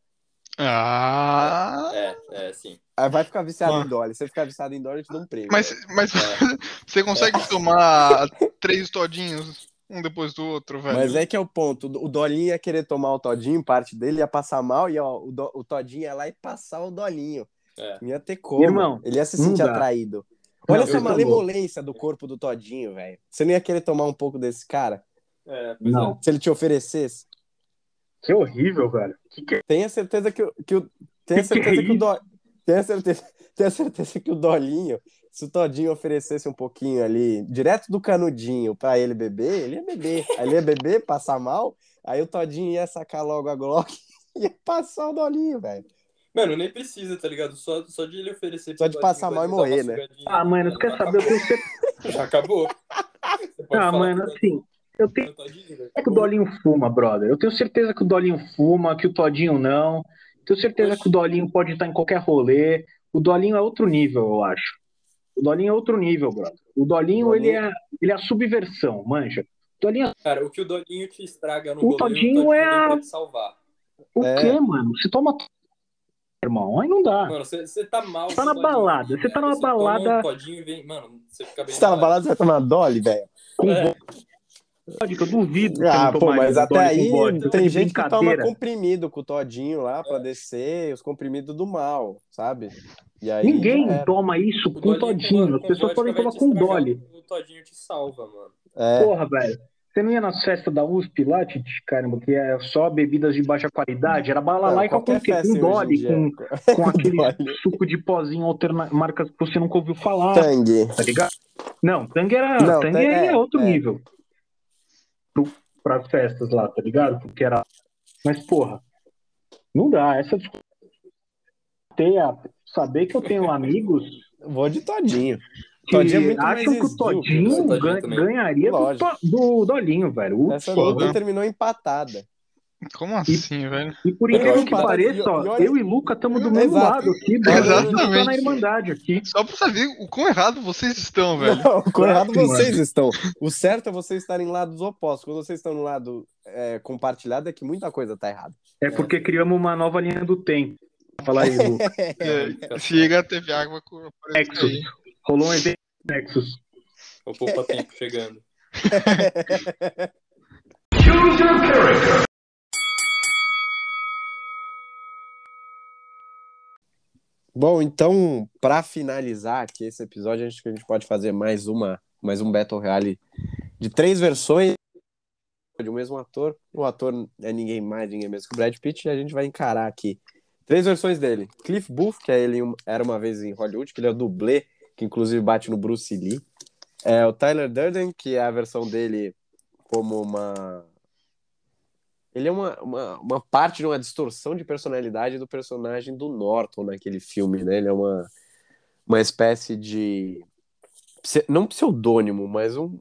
Ah. é, é, sim. Aí vai ficar viciado Ah. em Dolly. Se você ficar viciado em Dolly, eu te dou um prêmio. Mas, mas É. você consegue tomar três todinhos um depois do outro, velho? Mas é que é o ponto. O Dolinho ia querer tomar o Todinho, parte dele, ia passar mal, e ó, o, do, o Todinho ia lá e passar o Dolinho. É. Não ia ter como. Irmão, Ele ia se não sentir dá. atraído. Não, Olha eu essa tô malemolência do corpo do Todinho, velho. Você não ia querer tomar um pouco desse cara? É, pois Não. Se ele te oferecesse? Que horrível, velho. Que que é Tenha certeza que, o- que o. Tenha Que que é certeza que o isso? Do... Tenha certeza, tenha certeza que o Dolinho, se o Todinho oferecesse um pouquinho ali, direto do canudinho, pra ele beber, ele ia beber. Aí ele ia beber, passar mal, aí o Todinho ia sacar logo a Glock e ia passar o Dolinho, velho. Mano, nem precisa, tá ligado? Só, só de ele oferecer... Só de pro passar Todinho, mal e vai dar morrer, uma né? sugadinha Ah, ali, mano, você quer já saber? Eu acabou. tenho certeza. Já acabou. Você pode Ah, falar mano, que o assim, eu tenho Todinho- Todinho, velho, É que o acabou. Dolinho fuma, brother. Eu tenho certeza que o Dolinho fuma, que o Todinho não. Tenho certeza Oxi. que o Dolinho pode estar em qualquer rolê. O Dolinho é outro nível, eu acho. O Dolinho é outro nível, brother. O Dolinho, Dolinho- Ele, é, ele é a subversão, manja. O Dolinho é Cara, o que o Dolinho te estraga no O rolê, Todinho o Todinho é vem a- pra te salvar. o É. quê, mano? Você toma... Irmão, aí não dá. Mano, você você tá mal. Você tá com na o Todinho, balada, velho. você tá numa Você toma balada- um Todinho e vem... Mano, você fica bem Você tá na bolado. balada, você vai tomar Dolly, velho? Com É. vodka, eu duvido. que você Ah, não pô, tomaria mas um até Dolly aí com vodka. Tá tem de gente que toma brincadeira. comprimido com o Todinho lá pra descer, os comprimidos do mal, sabe? E aí Ninguém já era. toma isso O com Dolinho Todinho. As com pessoas vodka podem vai tomar te com estragar, Dolly. O Todinho te salva, mano. É. Porra, velho. Você não ia nas festas da U S P lá, Titi? Caramba, que é só bebidas de baixa qualidade. Era balalaica com qualquer o quê? festa Com hoje em Dolly, dia. com, com Com aquele Dolly. suco de pozinho alterna... marcas que você nunca ouviu falar, Tangue. tá ligado? Não, Tang era. Não, Tang Tang- aí é, é, outro é. nível. Pro, pras festas lá, tá ligado? Porque era. Mas, porra, não dá. Essa discussão ter a... saber que eu tenho amigos Vou de Todinho. que Todinho é muito mais acham que o esdrúxulo, Todinho né? Todinho gan- também. ganharia do, Lógico. To- do Dolinho, velho. Ufa. Essa Foda. luta terminou empatada. Como assim, velho? E por Eu incrível acho que que tá- pareça, e- ó, e olha- eu e Luca estamos do mesmo Exato. lado aqui, Olha, brother. A gente tá Exatamente. na Irmandade aqui. Só pra saber o quão errado vocês estão, velho. Não, o errado Exato, vocês mano. estão. O certo é vocês estarem em lados opostos. Quando vocês estão no lado é, compartilhado, é que muita coisa tá errada. É porque criamos uma nova linha do tempo. Fala aí, Luca. É, siga, teve água com aparece Nexus. aí. Rolou um evento Nexus. O poupa tempo chegando. Bom, então, para finalizar aqui esse episódio, acho que a gente pode fazer mais uma, mais um Battle Royale de três versões de um mesmo ator. O ator é ninguém mais, ninguém menos que o Brad Pitt, e a gente vai encarar aqui três versões dele. Cliff Booth, que é ele em- era uma vez em Hollywood, que ele é o dublê, que inclusive bate no Bruce Lee. É o Tyler Durden, que é a versão dele como uma... Ele é uma, uma, uma parte de uma distorção de personalidade do personagem do Norton naquele filme, né? Ele é uma, uma espécie de... pse- não pseudônimo, mas um...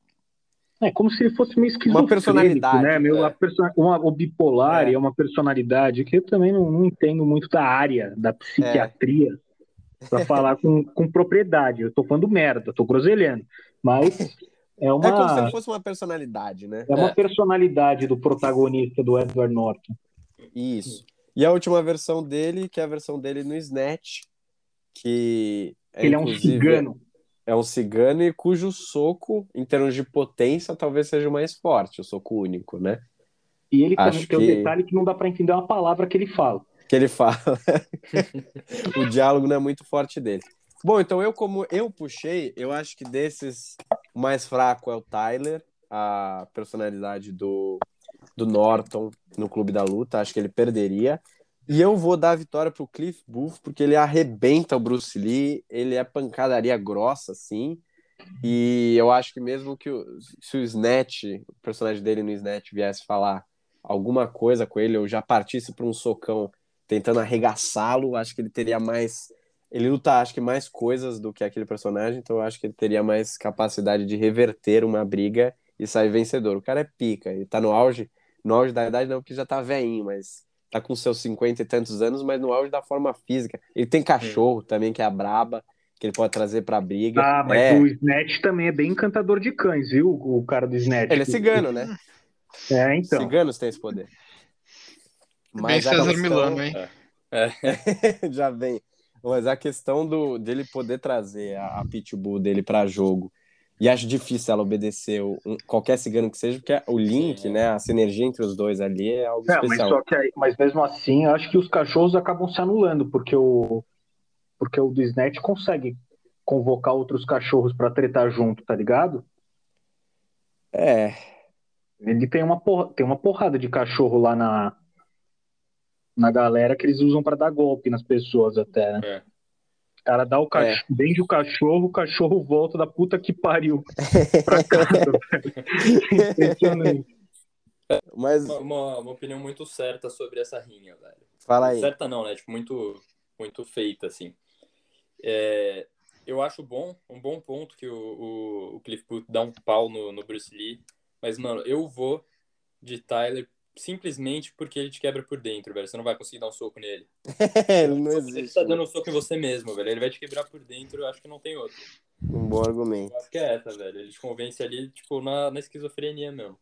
É como se ele fosse meio esquizofrênico, personalidade, né? Meio é. a perso- uma, o bipolar É. é uma personalidade que eu também não, não entendo muito da área da psiquiatria pra falar com, com propriedade. Eu tô falando merda, tô groselhando. Mas é uma, É como se ele fosse uma personalidade, né? é uma É. personalidade do protagonista do Edward Norton. Isso. E a última versão dele, que é a versão dele no Snatch, que é, Ele é um inclusive, cigano. é um cigano e cujo soco, em termos de potência, talvez seja o mais forte, o soco único, né? E ele Acho também tem o que- detalhe que não dá pra entender uma palavra que ele fala. Que ele fala. O diálogo não é muito forte dele. Bom, então eu, como eu puxei, eu acho que desses, o mais fraco é o Tyler, a personalidade do, do Norton no Clube da Luta, acho que ele perderia. E eu vou dar a vitória pro Cliff Booth, porque ele arrebenta o Bruce Lee, ele é pancadaria grossa, assim, e eu acho que mesmo que o, se o Snatch, o personagem dele no Snatch viesse falar alguma coisa com ele, ou já partisse para um socão tentando arregaçá-lo, acho que ele teria mais... Ele luta, acho que mais coisas do que aquele personagem, então eu acho que ele teria mais capacidade de reverter uma briga e sair vencedor. O cara é pica, ele tá no auge, no auge da idade não, porque já tá velhinho, mas tá com seus cinquenta e tantos anos, mas no auge da forma física. Ele tem cachorro também, que é a braba, que ele pode trazer pra briga. Ah, mas é, o Snatch também é bem encantador de cães, viu? O cara do Snatch. ele é cigano, né? É, então. Ciganos têm esse poder. Bem a César questão- Milano, hein? já vem. Mas a questão do, dele poder trazer a, a pitbull dele pra jogo, e acho difícil ela obedecer o- um- qualquer cigano que seja, porque o link, Sim, é. né, a sinergia entre os dois ali é algo É, mas, especial. só que aí, mas mesmo assim, eu acho que os cachorros acabam se anulando, porque o, porque o do Snatch consegue convocar outros cachorros pra tretar junto, tá ligado? É, Ele tem uma, porra, tem uma porrada de cachorro lá na, na galera que eles usam pra dar golpe nas pessoas até, né? É. O cara dá o cachorro, vende o cachorro, o cachorro volta da puta que pariu pra casa, velho. Impressionante. mas Uma, uma, uma opinião muito certa sobre essa rinha, velho. fala aí. Certa não, né? Tipo, muito, muito feita, assim. É, eu acho bom, um bom ponto que o, o, o Cliff Booth dá um pau no, no Bruce Lee. Mas, mano, eu vou de Tyler simplesmente porque ele te quebra por dentro, velho. Você não vai conseguir dar um soco nele. Ele não Você existe. tá dando um soco em você mesmo, velho. Ele vai te quebrar por dentro, eu acho que não tem outro. Um bom argumento. Eu acho que é essa, velho. Ele te convence ali, tipo, na, na esquizofrenia mesmo.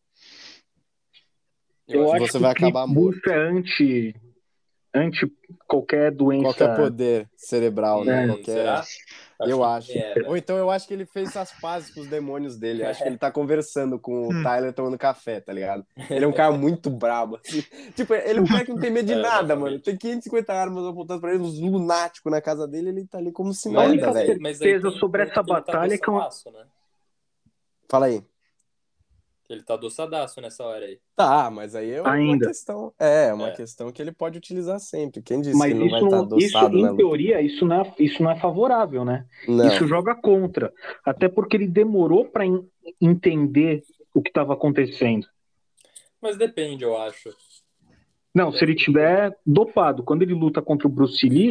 Eu que acho você que vai o Cliff acabar Booth é anti, anti qualquer doença. Qualquer poder cerebral, né? É. Qualquer... Será? Eu que acho. é, velho. Ou então eu acho que ele fez as pazes com os demônios dele. Eu acho que ele tá conversando com o Tyler tomando café, tá ligado? Ele é um cara muito brabo. Assim. Tipo, ele é um cara que não tem medo de É, nada, exatamente. mano. Tem quinhentas e cinquenta armas apontando pra ele, uns lunáticos na casa dele, ele tá ali como se A nada, única velho. mas aí certeza tem- sobre tem essa que ele tá batalha é que é uma- doçadaço, né? Fala aí. Ele tá doçadaço nessa hora aí. Tá, mas aí é uma Ainda. questão. É, uma É. questão que ele pode utilizar sempre. Quem disse Mas que não vai isso, estar não, isso adoçado na em luta? teoria, isso não, é, isso não é favorável, né? Não. Isso joga contra. Até porque ele demorou pra en- entender o que estava acontecendo. Mas depende, eu acho. Não, se ele tiver dopado, quando ele luta contra o Bruce Lee,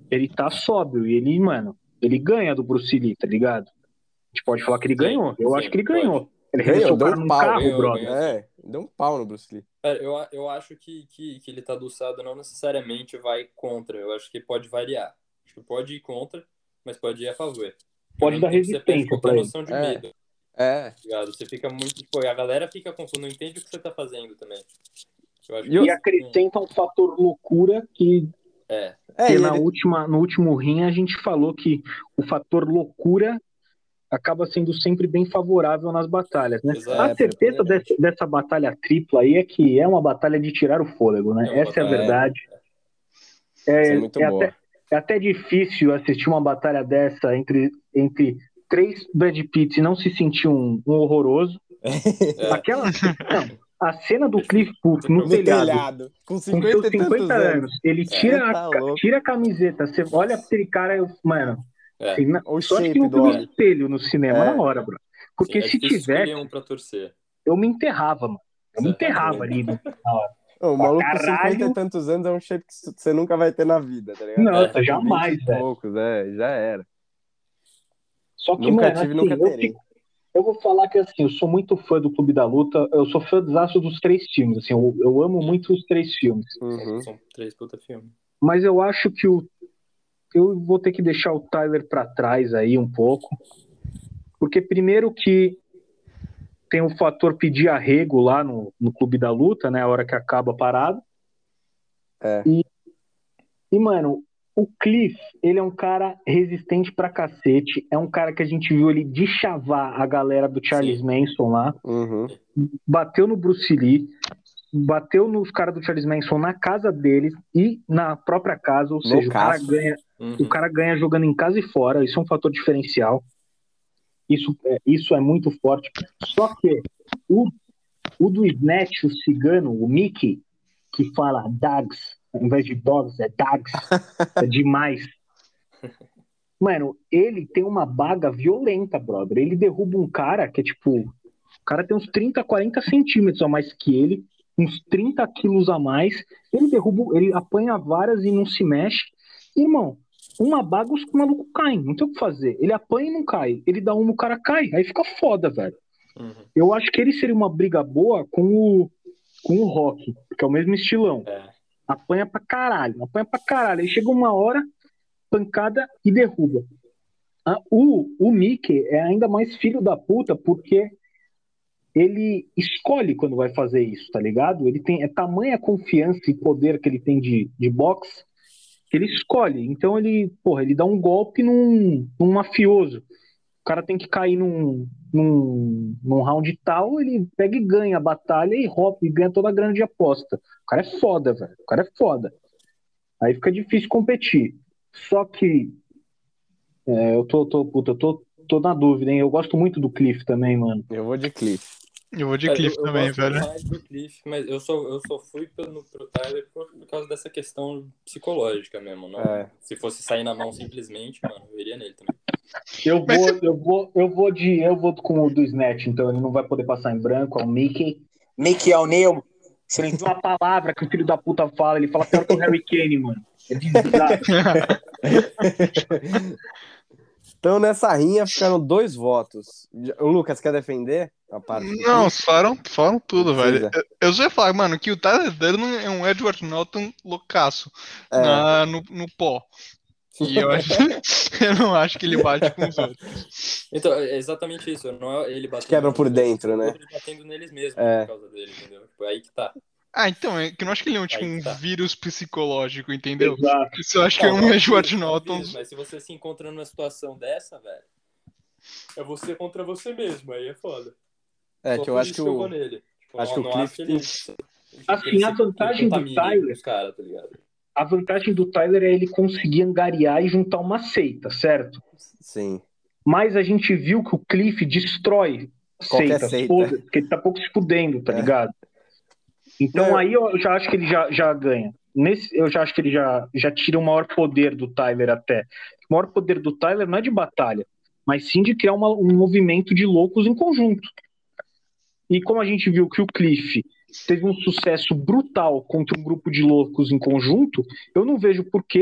ele tá sóbrio e ele, mano, ele ganha do Bruce Lee, tá ligado? A gente pode falar que ele Sim, ganhou. Eu sim, acho que ele pode. ganhou. Ele Ganhou, arremessou o deu cara um num pau. carro, Ganhou, brother. ganhou. É, deu um pau no Bruce Lee. Cara, eu, a- eu acho que, que, que ele tá adoçado não necessariamente vai contra. Eu acho que pode variar. Acho que pode ir contra, mas pode ir a favor. Ao Pode mesmo dar tempo, você perde resistência qualquer pra ele. noção de É. medo, É. tá ligado? Você fica muito. Tipo, a galera fica confusa, não entende o que você tá fazendo também. Eu acho E que eu- E acrescenta um fator loucura que, é. É, que e na ele... última, no último rim a gente falou que o fator loucura acaba sendo sempre bem favorável nas batalhas, né? Exato. A É, certeza preponderante. dessa, dessa batalha tripla aí é que é uma batalha de tirar o fôlego, né? É uma Essa é a batalha- verdade. Isso é É, muito é boa. até, é até difícil assistir uma batalha dessa entre, entre três Brad Pitts e não se sentir um, um horroroso. É. Aquela, não, a cena do Cliff Booth no No telhado, telhado, com com cinquenta seus e tantos cinquenta anos. anos, ele Você tira, tá a, ca- louco. tira a camiseta, você olha pra aquele cara, eu, mano, É. assim, na, O sorte shape que não do tem um homem. espelho no cinema É. na hora, bro. Porque Sim, é se difícil tivesse, escolher um pra torcer. eu me enterrava, mano. Eu me Você tá enterrava doido. ali no- na hora. Ô, o maluco com caralho. cinquenta e tantos anos é um shape que você nunca vai ter na vida, tá ligado? Nossa, Com jamais, vinte e velho. poucos, é, já era. Só que, Nunca mano, tive, assim, nunca eu, terei. fico- eu vou falar que, assim, eu sou muito fã do Clube da Luta, eu sou fã dos três filmes, assim, eu, eu amo muito os três filmes. Uhum. São três puta filmes. Mas eu acho que o, eu vou ter que deixar o Tyler pra trás aí um pouco, porque primeiro que tem o fator pedir arrego lá no, no Clube da Luta, né, a hora que acaba a parada. É. E, e, mano, o Cliff, ele é um cara resistente pra cacete, é um cara que a gente viu ele deschavar a galera do Charles Sim. Manson lá, Uhum. bateu no Bruce Lee, bateu nos caras do Charles Manson na casa deles e na própria casa, ou seja, o cara, Loucaço. ganha, Uhum. o cara ganha jogando em casa e fora, isso é um fator diferencial, isso é, isso é muito forte, só que o, o do Snatch, o cigano, o Mickey, que fala dogs, ao invés de dogs, é dogs, é demais. Mano, ele tem uma baga violenta, brother, ele derruba um cara que é tipo, o cara tem uns trinta, quarenta centímetros a mais que ele, uns trinta quilos a mais, ele derruba, ele apanha varas e não se mexe. Irmão, uma baga os malucos caem, não tem o que fazer. Ele apanha e não cai, ele dá uma, o cara cai, aí fica foda, velho. Uhum. Eu acho que ele seria uma briga boa com o, com o Rock, que é o mesmo estilão. É. Apanha pra caralho, apanha pra caralho. Aí chega uma hora, pancada e derruba. Ah, o, o Mickey é ainda mais filho da puta, porque ele escolhe quando vai fazer isso, tá ligado? Ele tem é tamanha confiança e poder que ele tem de, de boxe, que ele escolhe. Então ele, porra, ele dá um golpe num, num mafioso. O cara tem que cair num, num, num round tal, ele pega e ganha a batalha e rouba e ganha toda a grana de aposta. O cara é foda, velho. O cara é foda. Aí fica difícil competir. Só que é, eu tô, tô, puta, eu tô, tô na dúvida, hein? Eu gosto muito do Cliff também, mano. Eu vou de Cliff. Eu vou de Cara, Cliff eu, eu também, gosto velho. mais do Cliff, mas eu só, eu só fui pelo, pro Tyler por, por causa dessa questão psicológica mesmo. Não, É. Se fosse sair na mão simplesmente, mano, eu iria nele também. Eu Mas vou, eu vou, eu vou de, eu vou com o do Snatch, então ele não vai poder passar em branco, é o Mickey. Mickey é o Neo. Se ele uma palavra que o filho da puta fala, ele fala pior que o Harry Kane, mano. É bizarro. Então, nessa rinha, ficaram dois votos. O Lucas quer defender a parte? do Não, Cliff? falaram, falaram tudo, Não velho. precisa. Eu, eu só ia falar, mano, que o Tyler Durden é um Edward Norton loucaço É. na, no, no pó. E eu, acho, eu não acho que ele bate com os outros. Então, é exatamente isso. Não é ele batendo quebram por nos dentro, outros, né? outros batendo neles mesmos É. por causa dele, entendeu? Tipo, é aí que tá. Ah, então, é que eu não acho que ele é um, tipo, Aí um que tá. vírus psicológico, entendeu? Exato. Isso eu acho que é Não, um não, Edward talvez, Norton. mas se você se encontra numa situação dessa, velho, é você contra você mesmo, aí é foda. É, Só que eu por acho isso que eu vou o. nele. Tipo, Acho não, que o não acho Cliff que ele, tem. Assim, que ele a se- vantagem que do contamine Tyler- os caras, tá ligado? A vantagem do Tyler é ele conseguir angariar e juntar uma seita, certo? Sim. Mas a gente viu que o Cliff destrói Qualquer seitas, seita. todas, porque ele tá pouco se fudendo, tá É. ligado? Então Não, eu- aí eu já acho que ele já, já ganha. Nesse, eu já acho que ele já, já tira o maior poder do Tyler até. O maior poder do Tyler não é de batalha, mas sim de criar uma- um movimento de loucos em conjunto. E como a gente viu que o Cliff teve um sucesso brutal contra um grupo de loucos em conjunto, eu não vejo por que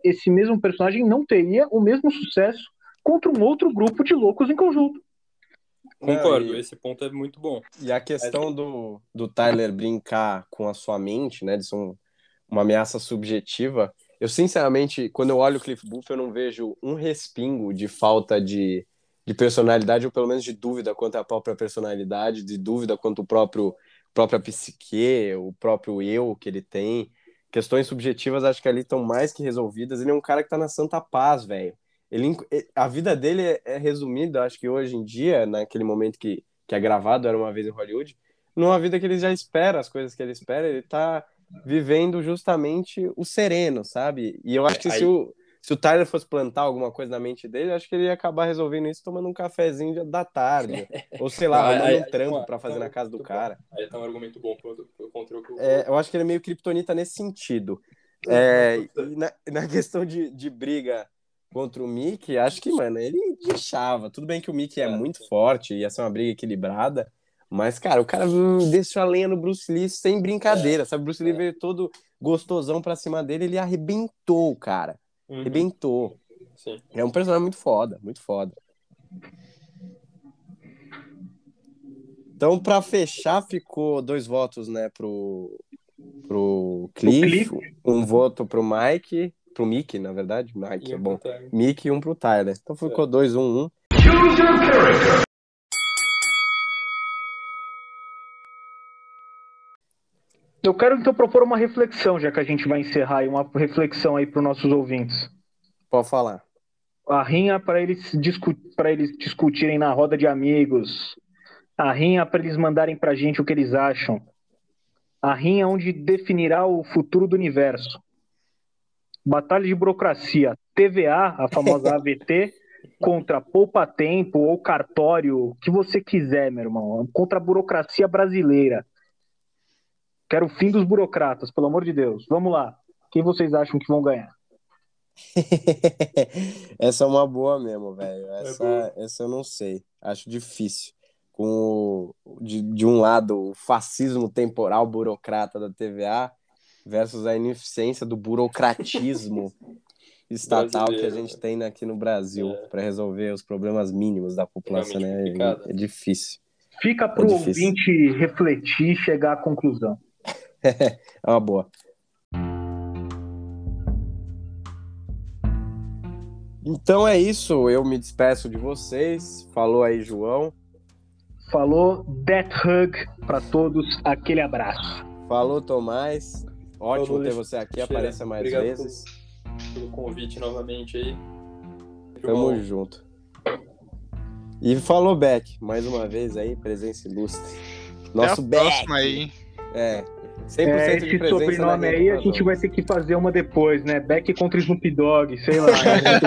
esse mesmo personagem não teria o mesmo sucesso contra um outro grupo de loucos em conjunto. Concordo, Não, e- esse ponto é muito bom. E a questão do, do Tyler brincar com a sua mente, né, de ser um- uma ameaça subjetiva, eu sinceramente, quando eu olho o Cliff Booth, eu não vejo um respingo de falta de, de personalidade, ou pelo menos de dúvida quanto à própria personalidade, de dúvida quanto ao próprio própria psique, o próprio eu que ele tem. Questões subjetivas acho que ali estão mais que resolvidas. Ele é um cara que tá na santa paz, velho. Ele, a vida dele é, é resumida, acho que hoje em dia, naquele momento que, que é gravado, Era Uma Vez em Hollywood, numa vida que ele já espera as coisas que ele espera, ele tá vivendo justamente o sereno, sabe? E eu acho que Aí- se o, se o Tyler fosse plantar alguma coisa na mente dele, eu acho que ele ia acabar resolvendo isso tomando um cafezinho da tarde. Ou sei lá, Aí- arrumando aí- um aí trampo tá um- pra fazer tá um na casa do argumento cara. bom. Aí tá um argumento bom contra, contra o que o- É, eu acho que ele é meio kryptonita nesse sentido. É, e na, na questão de, de briga contra o Mickey, acho que, mano, ele deixava. Tudo bem que o Mickey é, É, muito sim. forte, ia ser uma briga equilibrada, mas, cara, o cara hum, deixou a lenha no Bruce Lee sem brincadeira, sabe? O Bruce Lee é. veio todo gostosão pra cima dele, ele arrebentou, cara. Uhum, Arrebentou. sim. É um personagem muito foda, muito foda. Então, pra fechar, ficou dois votos, né, pro, pro Cliff, um voto pro Mike, pro Mickey, na verdade, Mike E é um bom, pro Tyler. Mickey e um pro Tyler. Então ficou dois, um, um. Eu quero então propor uma reflexão, já que a gente vai encerrar aí, uma reflexão aí para os nossos ouvintes. Pode falar. A rinha para eles, discu para eles discutirem na roda de amigos. A rinha para eles mandarem para a gente o que eles acham. A rinha onde definirá o futuro do universo. Batalha de burocracia. T V A, a famosa A V T, contra poupa-tempo ou cartório, o que você quiser, meu irmão. Contra a burocracia brasileira. Quero o fim dos burocratas, pelo amor de Deus. Vamos lá. Quem vocês acham que vão ganhar? Essa é uma boa mesmo, velho. Essa, boa. essa eu não sei. Acho difícil. Com o, de, de um lado, o fascismo temporal burocrata da T V A versus a ineficiência do burocratismo estatal que a Brasileiro, gente né? tem aqui no Brasil É. para resolver os problemas mínimos da população, Realmente né? complicado. É, é difícil. Fica para o É difícil. ouvinte refletir e chegar à conclusão. É uma boa. Então é isso, eu me despeço de vocês. Falou aí, João. Falou, Death Hug para todos, aquele abraço. Falou, Tomás. Ótimo Falou, ter você aqui, Cheira. apareça mais Obrigado vezes. Pelo convite novamente aí. Tamo Bom. junto. E falou, Beck, mais uma vez aí, presença ilustre. Nosso Até a Beck. próxima aí. É, cem por cento É, de esse presença sobrenome na aí rede a gente Crossover. vai ter que fazer uma depois, né? Beck contra Snoop Dogg, sei lá.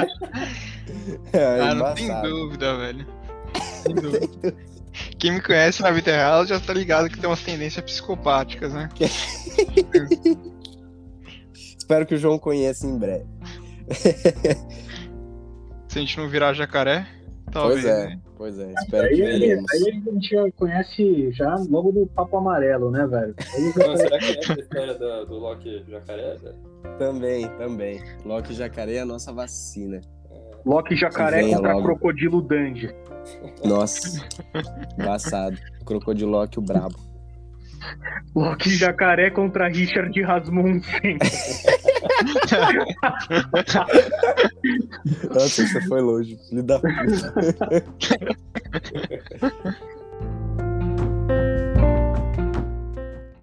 É, Ah, não tem embaçado. dúvida, velho. Sem dúvida. Quem me conhece na vida real já tá ligado que tem umas tendências psicopáticas, né? Espero que o João conheça em breve. Se a gente não virar jacaré, talvez. Pois é, né? pois é. Espero Aí, que aí, veremos. aí a gente já conhece já logo do Papo Amarelo, né, velho? Aí já- Não, será que é essa história do, do Loki Jacaré, velho? Também, também. Loki Jacaré é a nossa vacina. Loki Jacaré Venha contra logo. Crocodilo Dandy. Nossa, embaçado. Crocodiloque o brabo. Loki Jacaré contra Richard Rasmussen. Nossa, você foi longe. Filho da puta.